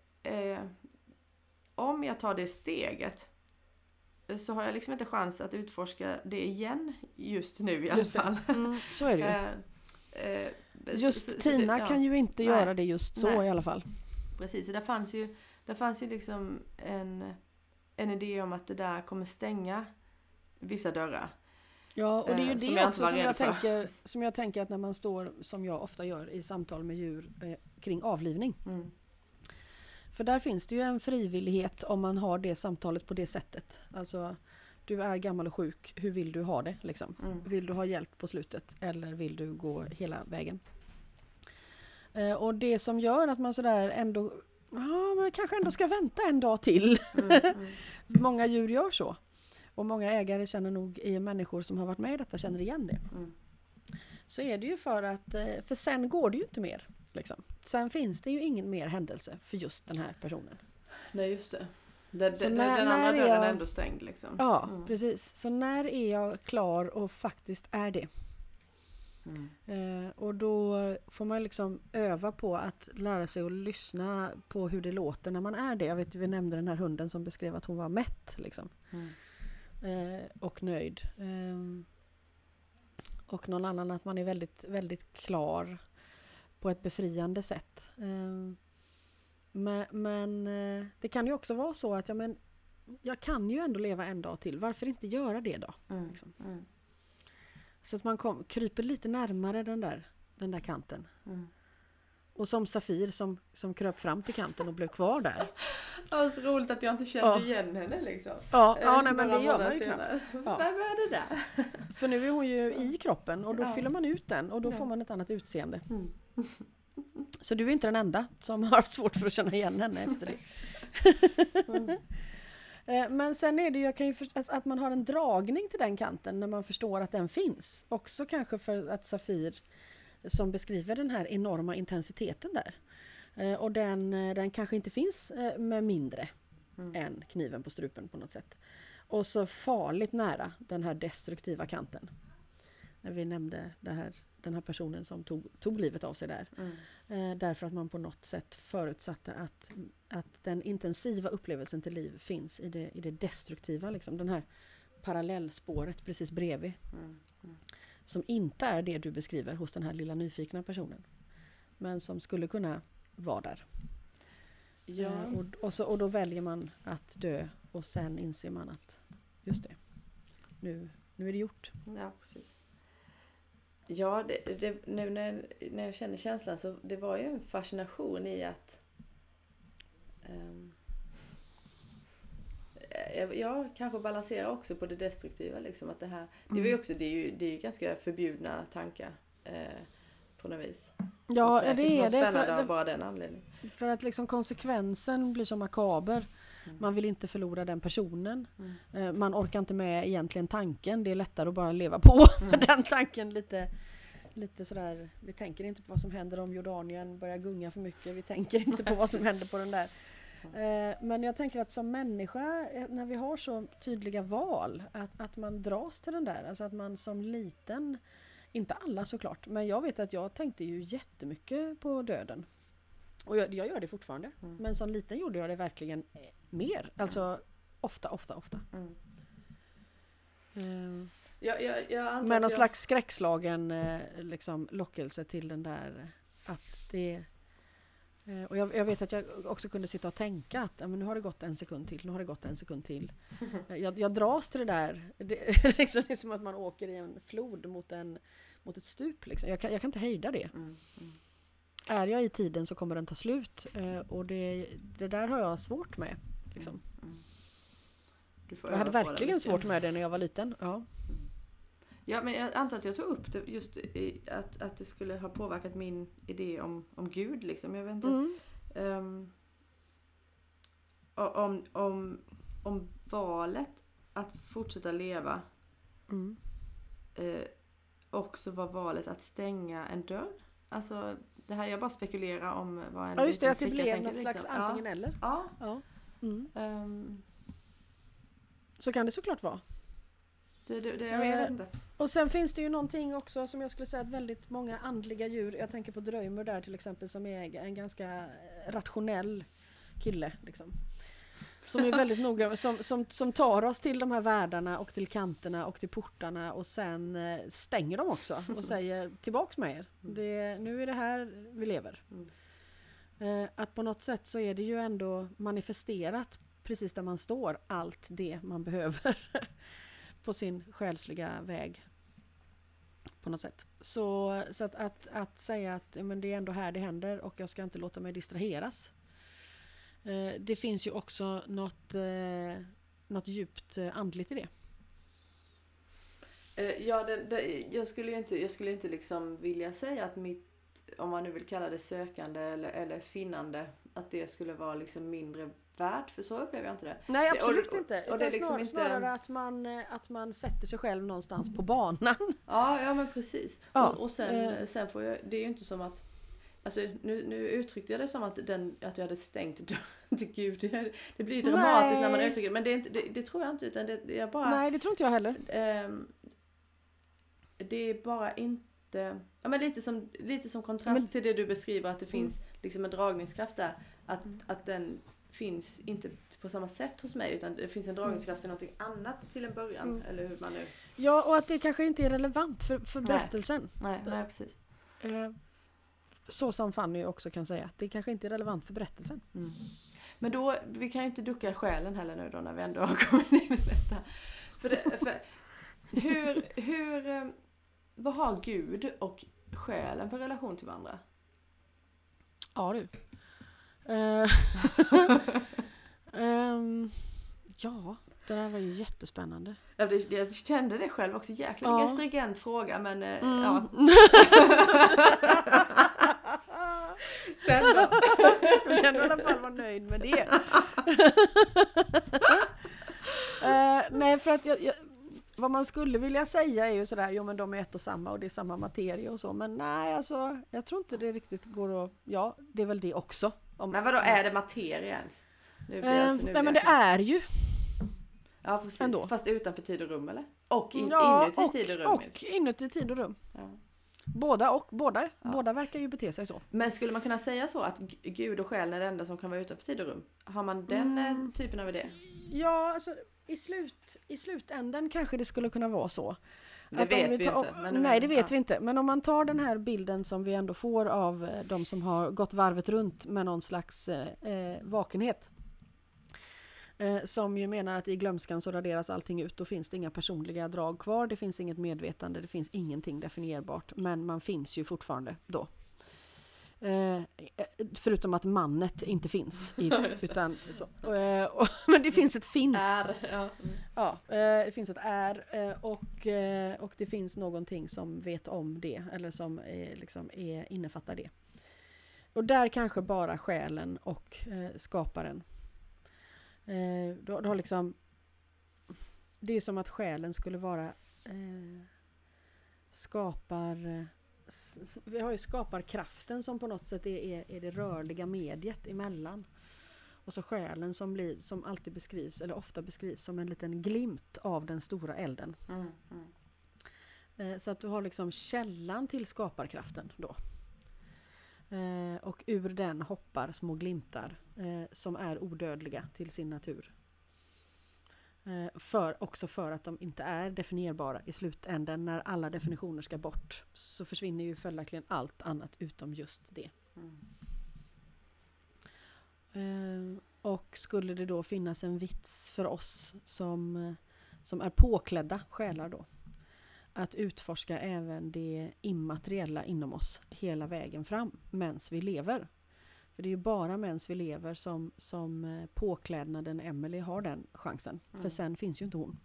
om jag tar det steget så har jag liksom inte chans att utforska det igen just nu i alla fall.
Så är det ju. Just Tina kan ju inte göra det just så i alla fall.
Precis, så där fanns ju liksom en idé om att det där kommer stänga vissa dörrar.
Ja, och det är ju det också som jag tänker att när man står, som jag ofta gör i samtal med djur kring avlivning. För där finns det ju en frivillighet om man har det samtalet på det sättet. Alltså, du är gammal och sjuk, hur vill du ha det? Liksom? Vill du ha hjälp på slutet eller vill du gå hela vägen? Och det som gör att man sådär ändå, man kanske ändå ska vänta en dag till. Många djur gör så. Och många ägare känner nog, i människor som har varit med i detta känner igen det. Så är det ju för sen går det ju inte mer. Liksom. Sen finns det ju ingen mer händelse för just den här personen.
Nej, just det. Den andra dörren är ändå stängd. Liksom.
Ja, precis. Så när är jag klar och faktiskt är det? Och då får man liksom öva på att lära sig att lyssna på hur det låter när man är det. Jag vet, vi nämnde den här hunden som beskrev att hon var mätt. Liksom. Och nöjd. Och någon annan att man är väldigt, väldigt klar på ett befriande sätt. Men det kan ju också vara så att jag kan ju ändå leva en dag till. Varför inte göra det då? Liksom. Så att man kryper lite närmare den där kanten. Och som Safir som kröp fram till kanten och blev kvar där.
Det var så roligt att jag inte kände igen henne liksom.
Nej, men det gör man ju knappt.
Vad är det där?
För nu är hon ju i kroppen och då fyller man ut den och då får man ett annat utseende. Så du är inte den enda som har haft svårt för att känna igen henne efter det. Men sen är det ju att man har en dragning till den kanten när man förstår att den finns. Också kanske för att Safir som beskriver den här enorma intensiteten där. Och den kanske inte finns med mindre än kniven på strupen på något sätt. Och så farligt nära den här destruktiva kanten. När vi nämnde den här personen som tog livet av sig där. Därför att man på något sätt förutsatte att den intensiva upplevelsen till liv finns i det destruktiva. Liksom. Den här parallellspåret precis bredvid. Som inte är det du beskriver hos den här lilla nyfikna personen. Men som skulle kunna vara där. Ja. Och då väljer man att dö och sen inser man att just det, nu är det gjort.
Ja, precis. Ja, nu när jag känner känslan så det var ju en fascination i att jag kanske balanserar också på det destruktiva liksom, att det här det var ju också det är ju ganska förbjudna tankar på något vis.
Ja, det är det
spännande av bara den anledningen.
För att liksom konsekvensen blir så makaber. Man vill inte förlora den personen. Man orkar inte med egentligen tanken. Det är lättare att bara leva på den tanken lite sådär. Vi tänker inte på vad som händer om Jordanien börjar gunga för mycket. Vi tänker inte på vad som händer på den där. Men jag tänker att som människa, när vi har så tydliga val, att man dras till den där. Alltså att man som liten, inte alla såklart, men jag vet att jag tänkte ju jättemycket på döden. Och jag gör det fortfarande. Men som liten gjorde jag det verkligen mer. Alltså ofta.
Jag
med någon slags skräckslagen liksom, lockelse till den där att det. Och jag vet att jag också kunde sitta och tänka att men nu har det gått en sekund till. Jag dras till det där. Det är som att man åker i en flod mot ett stup. Liksom. Jag kan inte hejda det. Är jag i tiden så kommer den ta slut. Och det där har jag svårt med. Liksom. Jag hade verkligen svårt med det när jag var liten.
Ja, men jag antar att jag tog upp det just att det skulle ha påverkat min idé om Gud. Liksom. Jag vet inte. Om valet att fortsätta leva också var valet att stänga en dörr. Alltså, det här jag bara spekulerar om vad en
just det, att det
flicka
blev
tänker,
något slags
liksom.
antingen eller.
Ja.
Så kan det såklart vara.
Jag vet inte.
Och sen finns det ju någonting också som jag skulle säga att väldigt många andliga djur, jag tänker på Dröjmer där till exempel, som är en ganska rationell kille liksom. Som är väldigt noga, som tar oss till de här världarna och till kanterna och till portarna och sen stänger dem också och säger tillbaks med er. Nu är det här vi lever. Att på något sätt så är det ju ändå manifesterat precis där man står, allt det man behöver på sin själsliga väg. På något sätt. Så att säga att men det är ändå här det händer och jag ska inte låta mig distraheras. Det finns ju också något djupt andligt i det.
Ja, jag skulle inte liksom vilja säga att mitt, om man nu vill kalla det sökande eller finnande, att det skulle vara liksom mindre värt, för så upplever jag inte det.
Nej, absolut inte.
Och det är liksom
snarare att man sätter sig själv någonstans på banan.
Ja, men precis.
Ja,
och sen får jag, det är ju inte som att, alltså nu uttryckte jag det som att jag hade stängt dörren till Gud. Det blir dramatiskt när man uttrycker det, men det tror jag inte, utan det är bara... Nej,
det tror inte jag heller.
Det är bara inte... Ja, men lite som kontrast till det du beskriver, att det finns liksom en dragningskraft där. Att den finns inte på samma sätt hos mig, utan det finns en dragningskraft till någonting annat till en början. Eller hur man nu...
Ja, och att det kanske inte är relevant för berättelsen.
Nej, precis.
Så som Fanny också kan säga. Det kanske inte är relevant för berättelsen.
Men då, vi kan ju inte ducka själen heller nu då, när vi ändå har kommit in i detta. Vad har Gud och själen för relation till varandra?
Ja du. Ja, det där var ju jättespännande.
Jag kände det själv också, jäkla stringent fråga, men ja. Sen då?
Jag kan i alla fall vara nöjd med det. Nej, för att vad man skulle vilja säga är ju sådär, jo men de är ett och samma och det är samma materia och så, men nej, alltså jag tror inte det riktigt går att, ja, det är väl det också.
Men vadå, är det materia ens?
Nej, men det är ju.
Ja, precis. Ändå. Fast utanför tid och rum, eller? Och
inuti
tid och rum.
Och inuti tid och rum. Ja. Båda verkar ju bete sig så.
Men skulle man kunna säga så att Gud och själen är det enda som kan vara utanför tid och rum? Har man den typen av idé?
Ja, alltså i slutänden kanske det skulle kunna vara så.
Det vet vi inte.
Nej, det vet vi inte. Men om man tar den här bilden som vi ändå får av de som har gått varvet runt med någon slags vakenhet. Som ju menar att i glömskan så raderas allting ut. Då finns det inga personliga drag kvar. Det finns inget medvetande. Det finns ingenting definierbart. Men man finns ju fortfarande då. Förutom att mannet inte finns. Utan så. Men det finns ett finns. Det finns ett och det finns någonting som vet om det. Eller som liksom innefattar det. Och där kanske bara själen och skaparen. Du har liksom, det är som att själen skulle vara vi har ju skaparkraften som på något sätt är det rörliga mediet emellan. Och så själen som alltid beskrivs, eller ofta beskrivs som en liten glimt av den stora elden. Så att du har liksom källan till skaparkraften då. Och ur den hoppar små glimtar som är odödliga till sin natur. Också för att de inte är definierbara i slutänden. När alla definitioner ska bort så försvinner ju följaktligen allt annat utom just det. Och skulle det då finnas en vits för oss som är påklädda själar då, att utforska även det immateriella inom oss hela vägen fram mens vi lever. För det är ju bara mens vi lever som påklädnaden Emily har den chansen. För sen finns ju inte hon.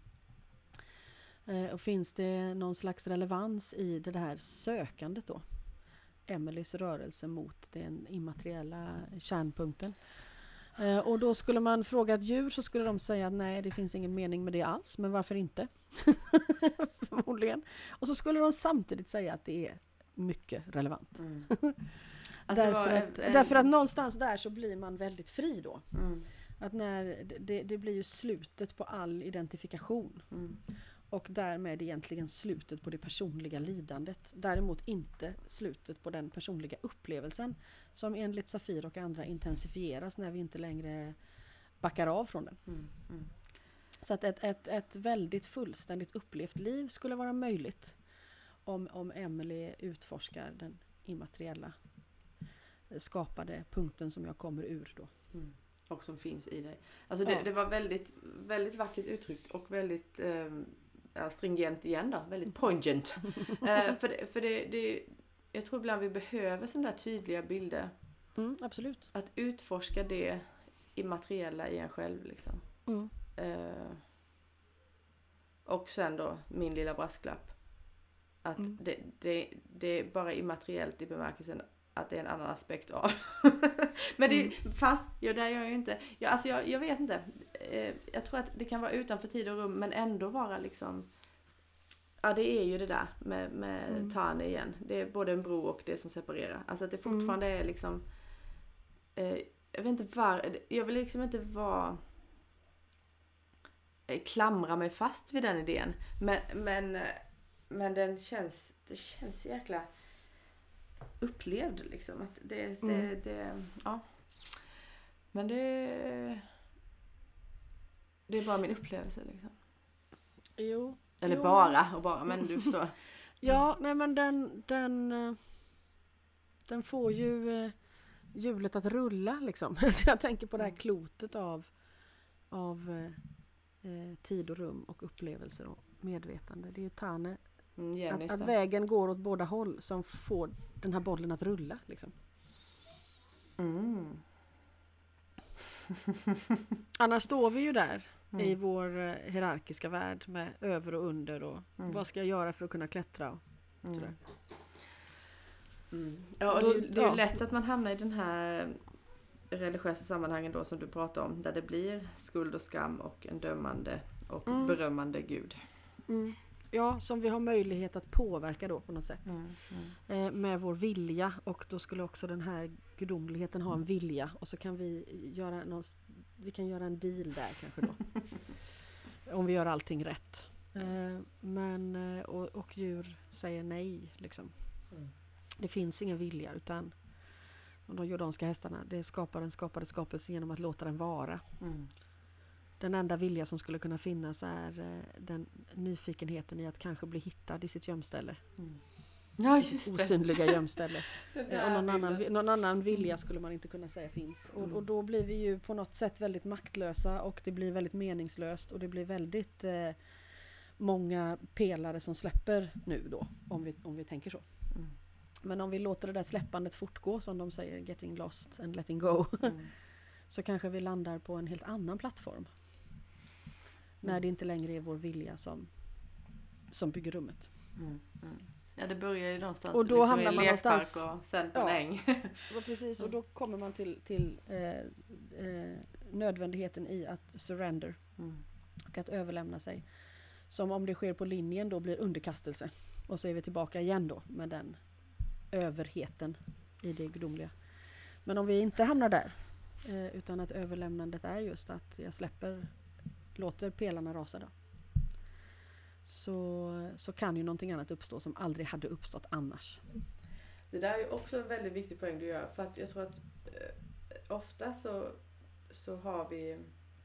Och finns det någon slags relevans i det här sökandet då? Emelies rörelse mot den immateriella kärnpunkten. Och då skulle man fråga ett djur så skulle de säga att nej, det finns ingen mening med det alls. Men varför inte? Förmodligen. Och så skulle de samtidigt säga att det är mycket relevant. Alltså därför att någonstans där så blir man väldigt fri då. Att när det blir ju slutet på all identifikation. Och därmed egentligen slutet på det personliga lidandet. Däremot inte slutet på den personliga upplevelsen som enligt Safir och andra intensifieras när vi inte längre backar av från den. Så att ett väldigt fullständigt upplevt liv skulle vara möjligt om Emily utforskar den immateriella skapade punkten som jag kommer ur då.
Och som finns i dig. Alltså det var väldigt, väldigt vackert uttryckt och väldigt stringent igen då. Väldigt poignant. För det, jag tror ibland vi behöver sådana där tydliga bilder.
Absolut.
Att utforska det immateriella i en själv liksom. Och sen då min lilla brasklapp. Att det är bara immateriellt i bemärkelsen att det är en annan aspekt av. Men det fast där gör jag ju inte. Jag vet inte. Jag tror att det kan vara utanför tid och rum men ändå vara liksom. Ja, det är ju det där med Tane igen. Det är både en bro och det som separerar. Alltså att det fortfarande är liksom jag vet inte jag vill liksom inte klamra mig fast vid den idén. Men det känns jäkla upplevd liksom att det ja. Men det är bara min upplevelse liksom.
Jo.
Eller bara men du förstår.
Ja, nej men den får ju hjulet att rulla liksom. Så jag tänker på det här klotet av tid och rum och upplevelser och medvetande. Det är ju Tane att vägen går åt båda håll som får den här bollen att rulla liksom. Annars står vi ju där i vår hierarkiska värld med över och under och vad ska jag göra för att kunna klättra och sådär.
Ja, och det är ju lätt att man hamnar i den här religiösa sammanhangen då som du pratar om där det blir skuld och skam och en dömande och berömmande Gud.
Ja, som vi har möjlighet att påverka då på något sätt. Med vår vilja och då skulle också den här gudomligheten ha en vilja och så kan vi göra en deal där kanske då. Om vi gör allting rätt. Och djur säger nej liksom. Det finns ingen vilja utan de jordanska hästarna, det skapar den skapade skapelsen genom att låta den vara. Den enda vilja som skulle kunna finnas är den nyfikenheten i att kanske bli hittad i sitt gömställe.
Ja, just det.
Osynliga gömställe. Och någon annan vilja skulle man inte kunna säga finns. Och då blir vi ju på något sätt väldigt maktlösa och det blir väldigt meningslöst och det blir väldigt många pelare som släpper nu då, om vi tänker så. Men om vi låter det där släppandet fortgå som de säger, getting lost and letting go, så kanske vi landar på en helt annan plattform. När det inte längre är vår vilja som bygger rummet.
Ja, det börjar ju någonstans
och då
liksom
hamnar
i
man
lekpark
någonstans,
och sen på en äng.
Och precis, och då kommer man till nödvändigheten i att surrender och att överlämna sig. Som om det sker på linjen då blir underkastelse. Och så är vi tillbaka igen då med den överheten i det gudomliga. Men om vi inte hamnar där utan att överlämnandet är just att jag låter pelarna rasa då. Så kan ju någonting annat uppstå som aldrig hade uppstått annars.
Det där är ju också en väldigt viktig poäng du gör. För att jag tror att ofta så har vi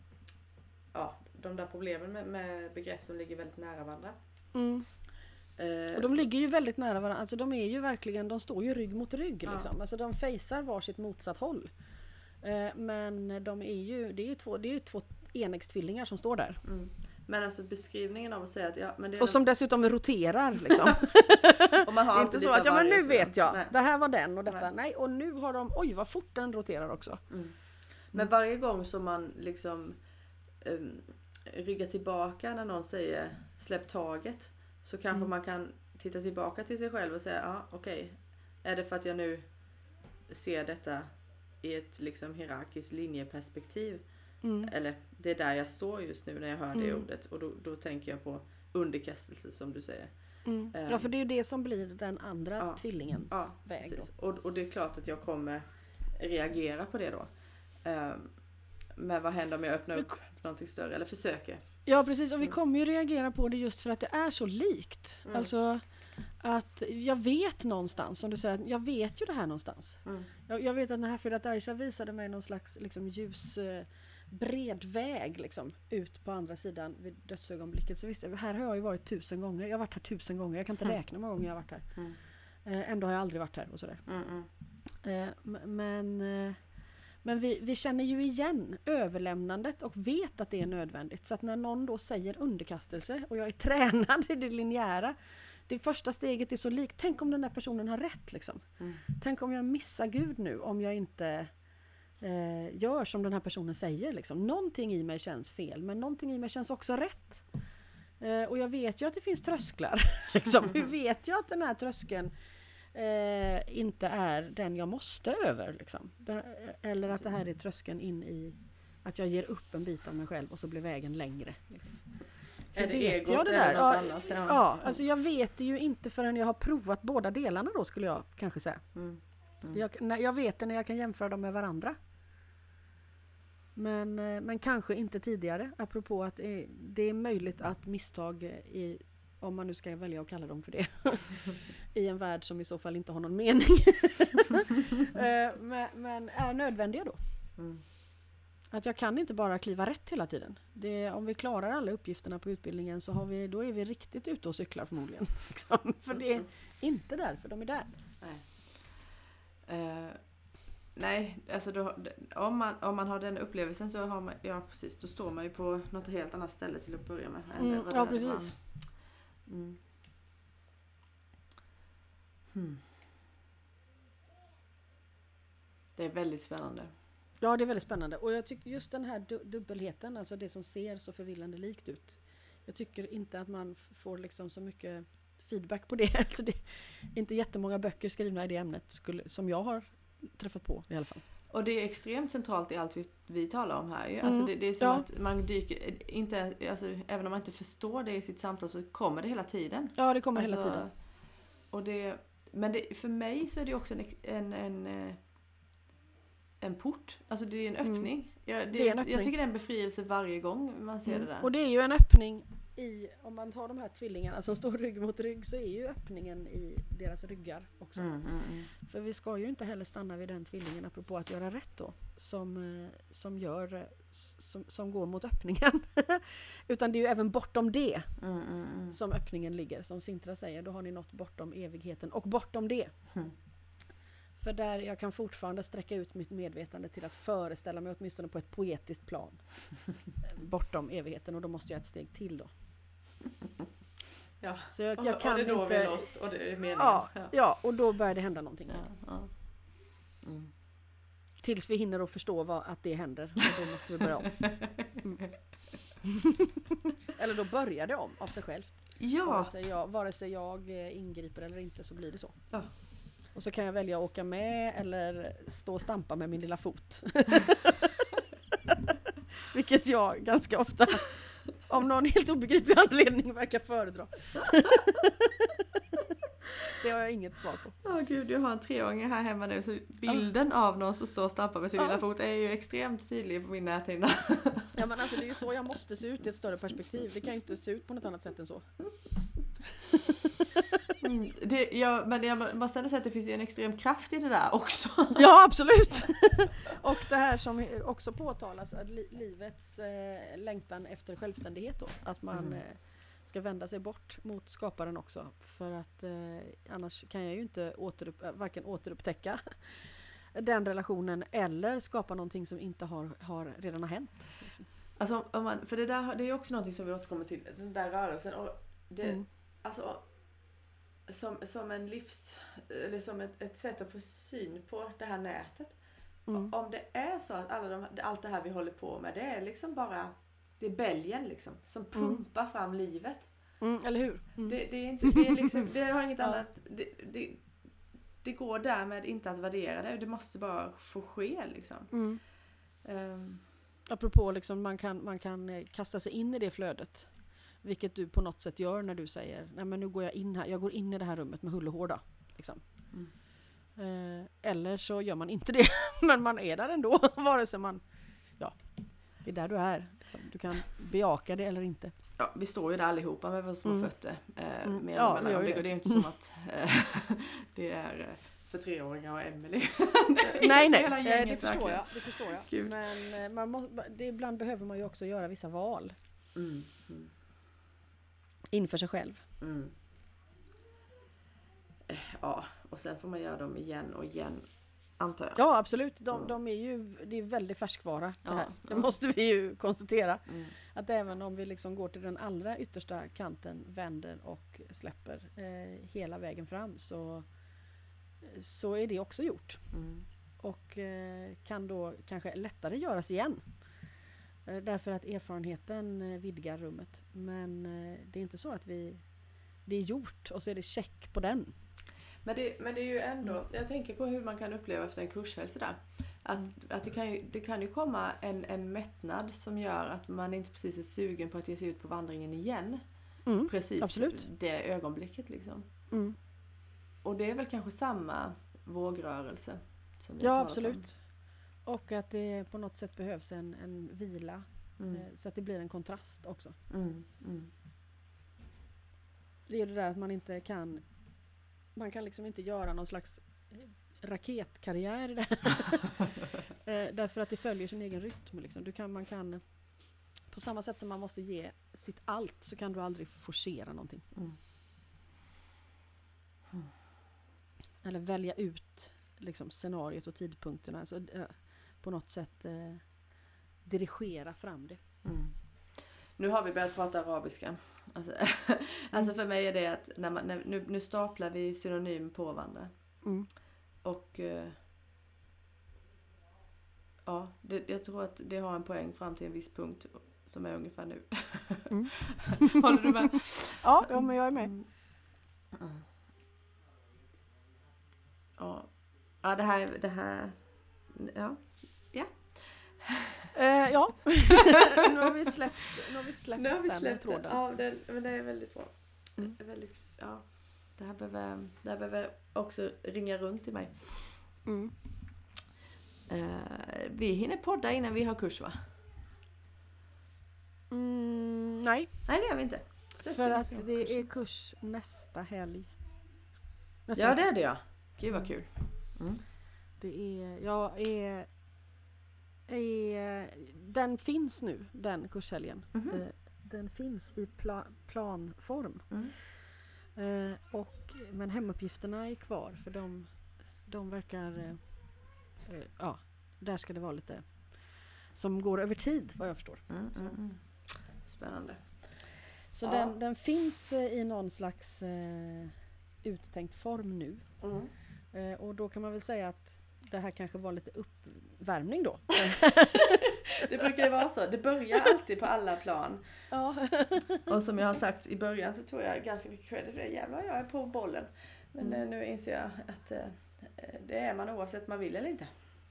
de där problemen med begrepp som ligger väldigt nära varandra.
Och de ligger ju väldigt nära varandra. Alltså de är ju verkligen, de står ju rygg mot rygg liksom. Alltså de facear varsitt motsatt håll. Men det är ju två enäggstvillingar som står där.
Men alltså beskrivningen av att säga att men det är
och som dessutom roterar liksom.
Och man har
inte så att men nu vet jag.
Nej.
Det här var den och detta. Nej, och nu har de vad fort den roterar också.
Men varje gång som man liksom ryggar tillbaka när någon säger släpp taget, så kanske man kan titta tillbaka till sig själv och säga okej. Är det för att jag nu ser detta i ett liksom hierarkiskt linjeperspektiv? Eller det är där jag står just nu när jag hör det ordet. Och då tänker jag på underkastelse som du säger.
Ja, för det är ju det som blir den andra tvillingens väg.
Och det är klart att jag kommer reagera på det då. Men vad händer om jag öppnar upp någonting större eller försöker?
Ja, precis. Och vi kommer ju reagera på det just för att det är så likt. Alltså att jag vet någonstans, som du säger, jag vet ju det här någonstans. Jag vet att den här Firat Aisha visade mig någon slags liksom, ljus bred väg liksom, ut på andra sidan vid dödsögonblicket. Så visst, här har jag ju varit 1000 gånger. Jag har varit här 1000 gånger. Jag kan inte räkna hur många gånger jag har varit här. Ändå har jag aldrig varit här och sådär. Men vi känner ju igen överlämnandet och vet att det är nödvändigt. Så att när någon då säger underkastelse och jag är tränad i det linjära, det första steget är så likt. Tänk om den där personen har rätt liksom. Tänk om jag missar Gud nu om jag inte gör som den här personen säger liksom. Någonting i mig känns fel, men någonting i mig känns också rätt. Och jag vet ju att det finns trösklar. Liksom. Hur vet jag att den här tröskeln inte är den jag måste över liksom. Eller att det här är tröskeln in i att jag ger upp en bit av mig själv och så blir vägen längre liksom.
Är det egot eller något annat?
Ja, alltså jag vet det ju inte förrän jag har provat båda delarna då, skulle jag kanske säga. Jag vet det när jag kan jämföra dem med varandra. Men kanske inte tidigare, apropå att det är möjligt att misstag om man nu ska välja att kalla dem för det, i en värld som i så fall inte har någon mening, men är nödvändiga då. Att jag kan inte bara kliva rätt hela tiden. Om vi klarar alla uppgifterna på utbildningen så då är vi riktigt ute och cyklar förmodligen. Liksom. För det är inte därför de är där.
Nej, alltså då, om man har den upplevelsen så har man, ja precis, då står man ju på något helt annat ställe till att börja med.
Ja, precis.
Det är väldigt spännande.
Ja, det är väldigt spännande. Och jag tycker just den här dubbelheten, alltså det som ser så förvillande likt ut. Jag tycker inte att man får liksom så mycket feedback på det. Alltså det är inte jättemånga böcker skrivna i det ämnet som jag har träffat på i alla fall.
Och det är extremt centralt i allt vi talar om här. Alltså det är som att man dyker, inte, alltså, även om man inte förstår det i sitt samtal så kommer det hela tiden.
Ja, det kommer hela tiden.
Och men för mig så är det också en port. Alltså det är en öppning. Det är en öppning. Jag tycker det är en befrielse varje gång man ser det där.
Och det är ju en öppning om man tar de här tvillingarna som står rygg mot rygg, så är ju öppningen i deras ryggar också. För vi ska ju inte heller stanna vid den tvillingen, apropå att göra rätt då, som går mot öppningen. Utan det är ju även bortom det som öppningen ligger. Som Sintra säger, då har ni nått bortom evigheten och bortom det. För där jag kan fortfarande sträcka ut mitt medvetande till att föreställa mig åtminstone på ett poetiskt plan bortom evigheten, och då måste jag ett steg till då.
Ja.
Så jag kan
och det är då
inte...
vi är lost, och det är meningen.
Ja, och då börjar det hända någonting. Tills vi hinner att förstå att det händer, och då måste vi börja om. Eller då börjar det om av sig självt.
Ja.
Vare sig jag ingriper eller inte, så blir det så.
Ja.
Och så kan jag välja att åka med eller stå och stampa med min lilla fot. Vilket jag ganska ofta, av någon helt obegriplig anledning, verkar föredra. Det har jag inget svar på.
Gud, jag har en 3-åring här hemma nu, så bilden av någon som står och stampar med sin lilla fot är ju extremt tydlig på min näthinna.
Ja, men alltså det är ju så jag måste se ut i ett större perspektiv. Det kan ju inte se ut på något annat sätt än så.
Men jag måste ändå säga att det finns ju en extrem kraft i det där också.
Ja, absolut. Och det här som också påtalas, att livets längtan efter självständighet då. Att man ska vända sig bort mot skaparen också. För att annars kan jag ju inte varken återupptäcka den relationen eller skapa någonting som inte redan har hänt.
Alltså, för det är ju också någonting som vi återkommer till, den där rörelsen. Och det, alltså, som en eller som ett sätt att få syn på det här nätet. Om det är så att allt det här vi håller på med, det är liksom bara, det är bälgen liksom, som pumpar fram livet.
Eller hur?
Det är inte, det är liksom, det har inget annat, det går därmed inte att värdera det. Det måste bara få ske liksom.
Apropå liksom, man kan kasta sig in i det flödet. Vilket du på något sätt gör när du säger, nej men nu går jag in här. Jag går in i det här rummet med hull och hår då. Liksom. Eller så gör man inte det. Men man är där ändå. Vare sig man det är där du är. Liksom. Du kan bejaka det eller inte.
Ja, vi står ju där allihopa med våra små fötter. Det är ju inte som att det är för 3-åringar och Emily.
Nej, det förstår jag. Gud. Men ibland behöver man ju också göra vissa val. Inför sig själv.
Ja, och sen får man göra dem igen och igen, antar jag.
Ja, absolut. Det är väldigt färskvara det här. Det måste vi ju konstatera. Att även om vi liksom går till den allra yttersta kanten, vänder och släpper hela vägen fram, så är det också gjort. Och kan då kanske lättare göras igen. Därför att erfarenheten vidgar rummet. Men det är inte så att det är gjort och så är det check på den.
Men det är ju ändå, jag tänker på hur man kan uppleva efter en kurshelg sådär. Att det kan ju komma en mättnad som gör att man inte precis är sugen på att ge sig ut på vandringen igen. Precis, absolut. Det ögonblicket liksom. Och det är väl kanske samma vågrörelse som vi har talat
absolut. Om. Och att det på något sätt behövs en vila. Så att det blir en kontrast också. Det är det där att man inte kan... Man kan liksom inte göra någon slags raketkarriär i det här. Därför att det följer sin egen rytm. Liksom. Man kan, på samma sätt som man måste ge sitt allt, så kan du aldrig forcera någonting. Eller välja ut liksom, scenariot och tidpunkterna. Alltså, på något sätt dirigera fram det.
Nu har vi börjat prata arabiska. Alltså för mig är det att nu staplar vi synonym på varandra. Och jag tror att det har en poäng fram till en viss punkt som är ungefär nu. Håller du med?
Ja, men jag är med.
Ja, det här ja.
Nu har vi släppt den tråden.
Ja, men det är väldigt bra. Det här behöver också ringa runt i mig. Vi hinner podda innan vi har kurs, va?
Nej.
Nej, det gör vi inte.
För att det är kurs nästa helg.
Det är det, ja. Gud vad kul.
Den finns nu, den kurshelgen. Den finns i planform. Men hemuppgifterna är kvar, för de verkar... där ska det vara lite som går över tid, vad jag förstår.
Spännande.
Så den finns i någon slags uttänkt form nu. Och då kan man väl säga att det här kanske var lite uppvärmning då.
Det brukar ju vara så. Det börjar alltid på alla plan.
Ja.
Och som jag har sagt i början så tror jag ganska mycket credit för det. Jävlar, jag är på bollen. Men nu inser jag att det är man oavsett man vill eller inte.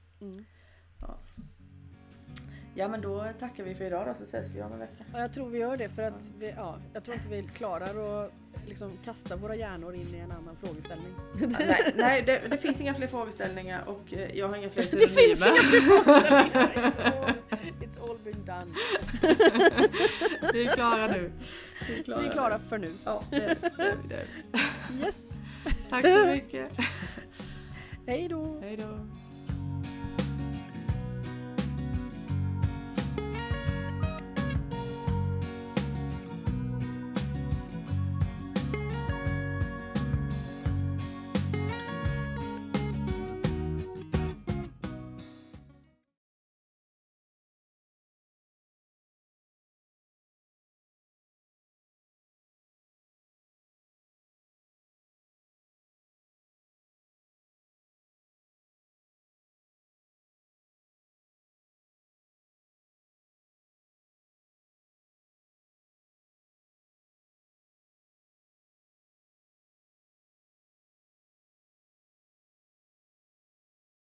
Ja, men då tackar vi för idag då, så ses vi om en vecka.
Ja, jag tror vi gör det, för att jag tror inte vi klarar att liksom kasta våra hjärnor in i en annan frågeställning.
Nej, det finns inga fler frågeställningar och jag har inga fler synonymer.
Det finns inga fler frågeställningar. It's all been done.
Vi är klara nu.
Vi är klara för nu.
Ja, det är vi.
Yes.
Tack så mycket.
Hej då.
Hej då.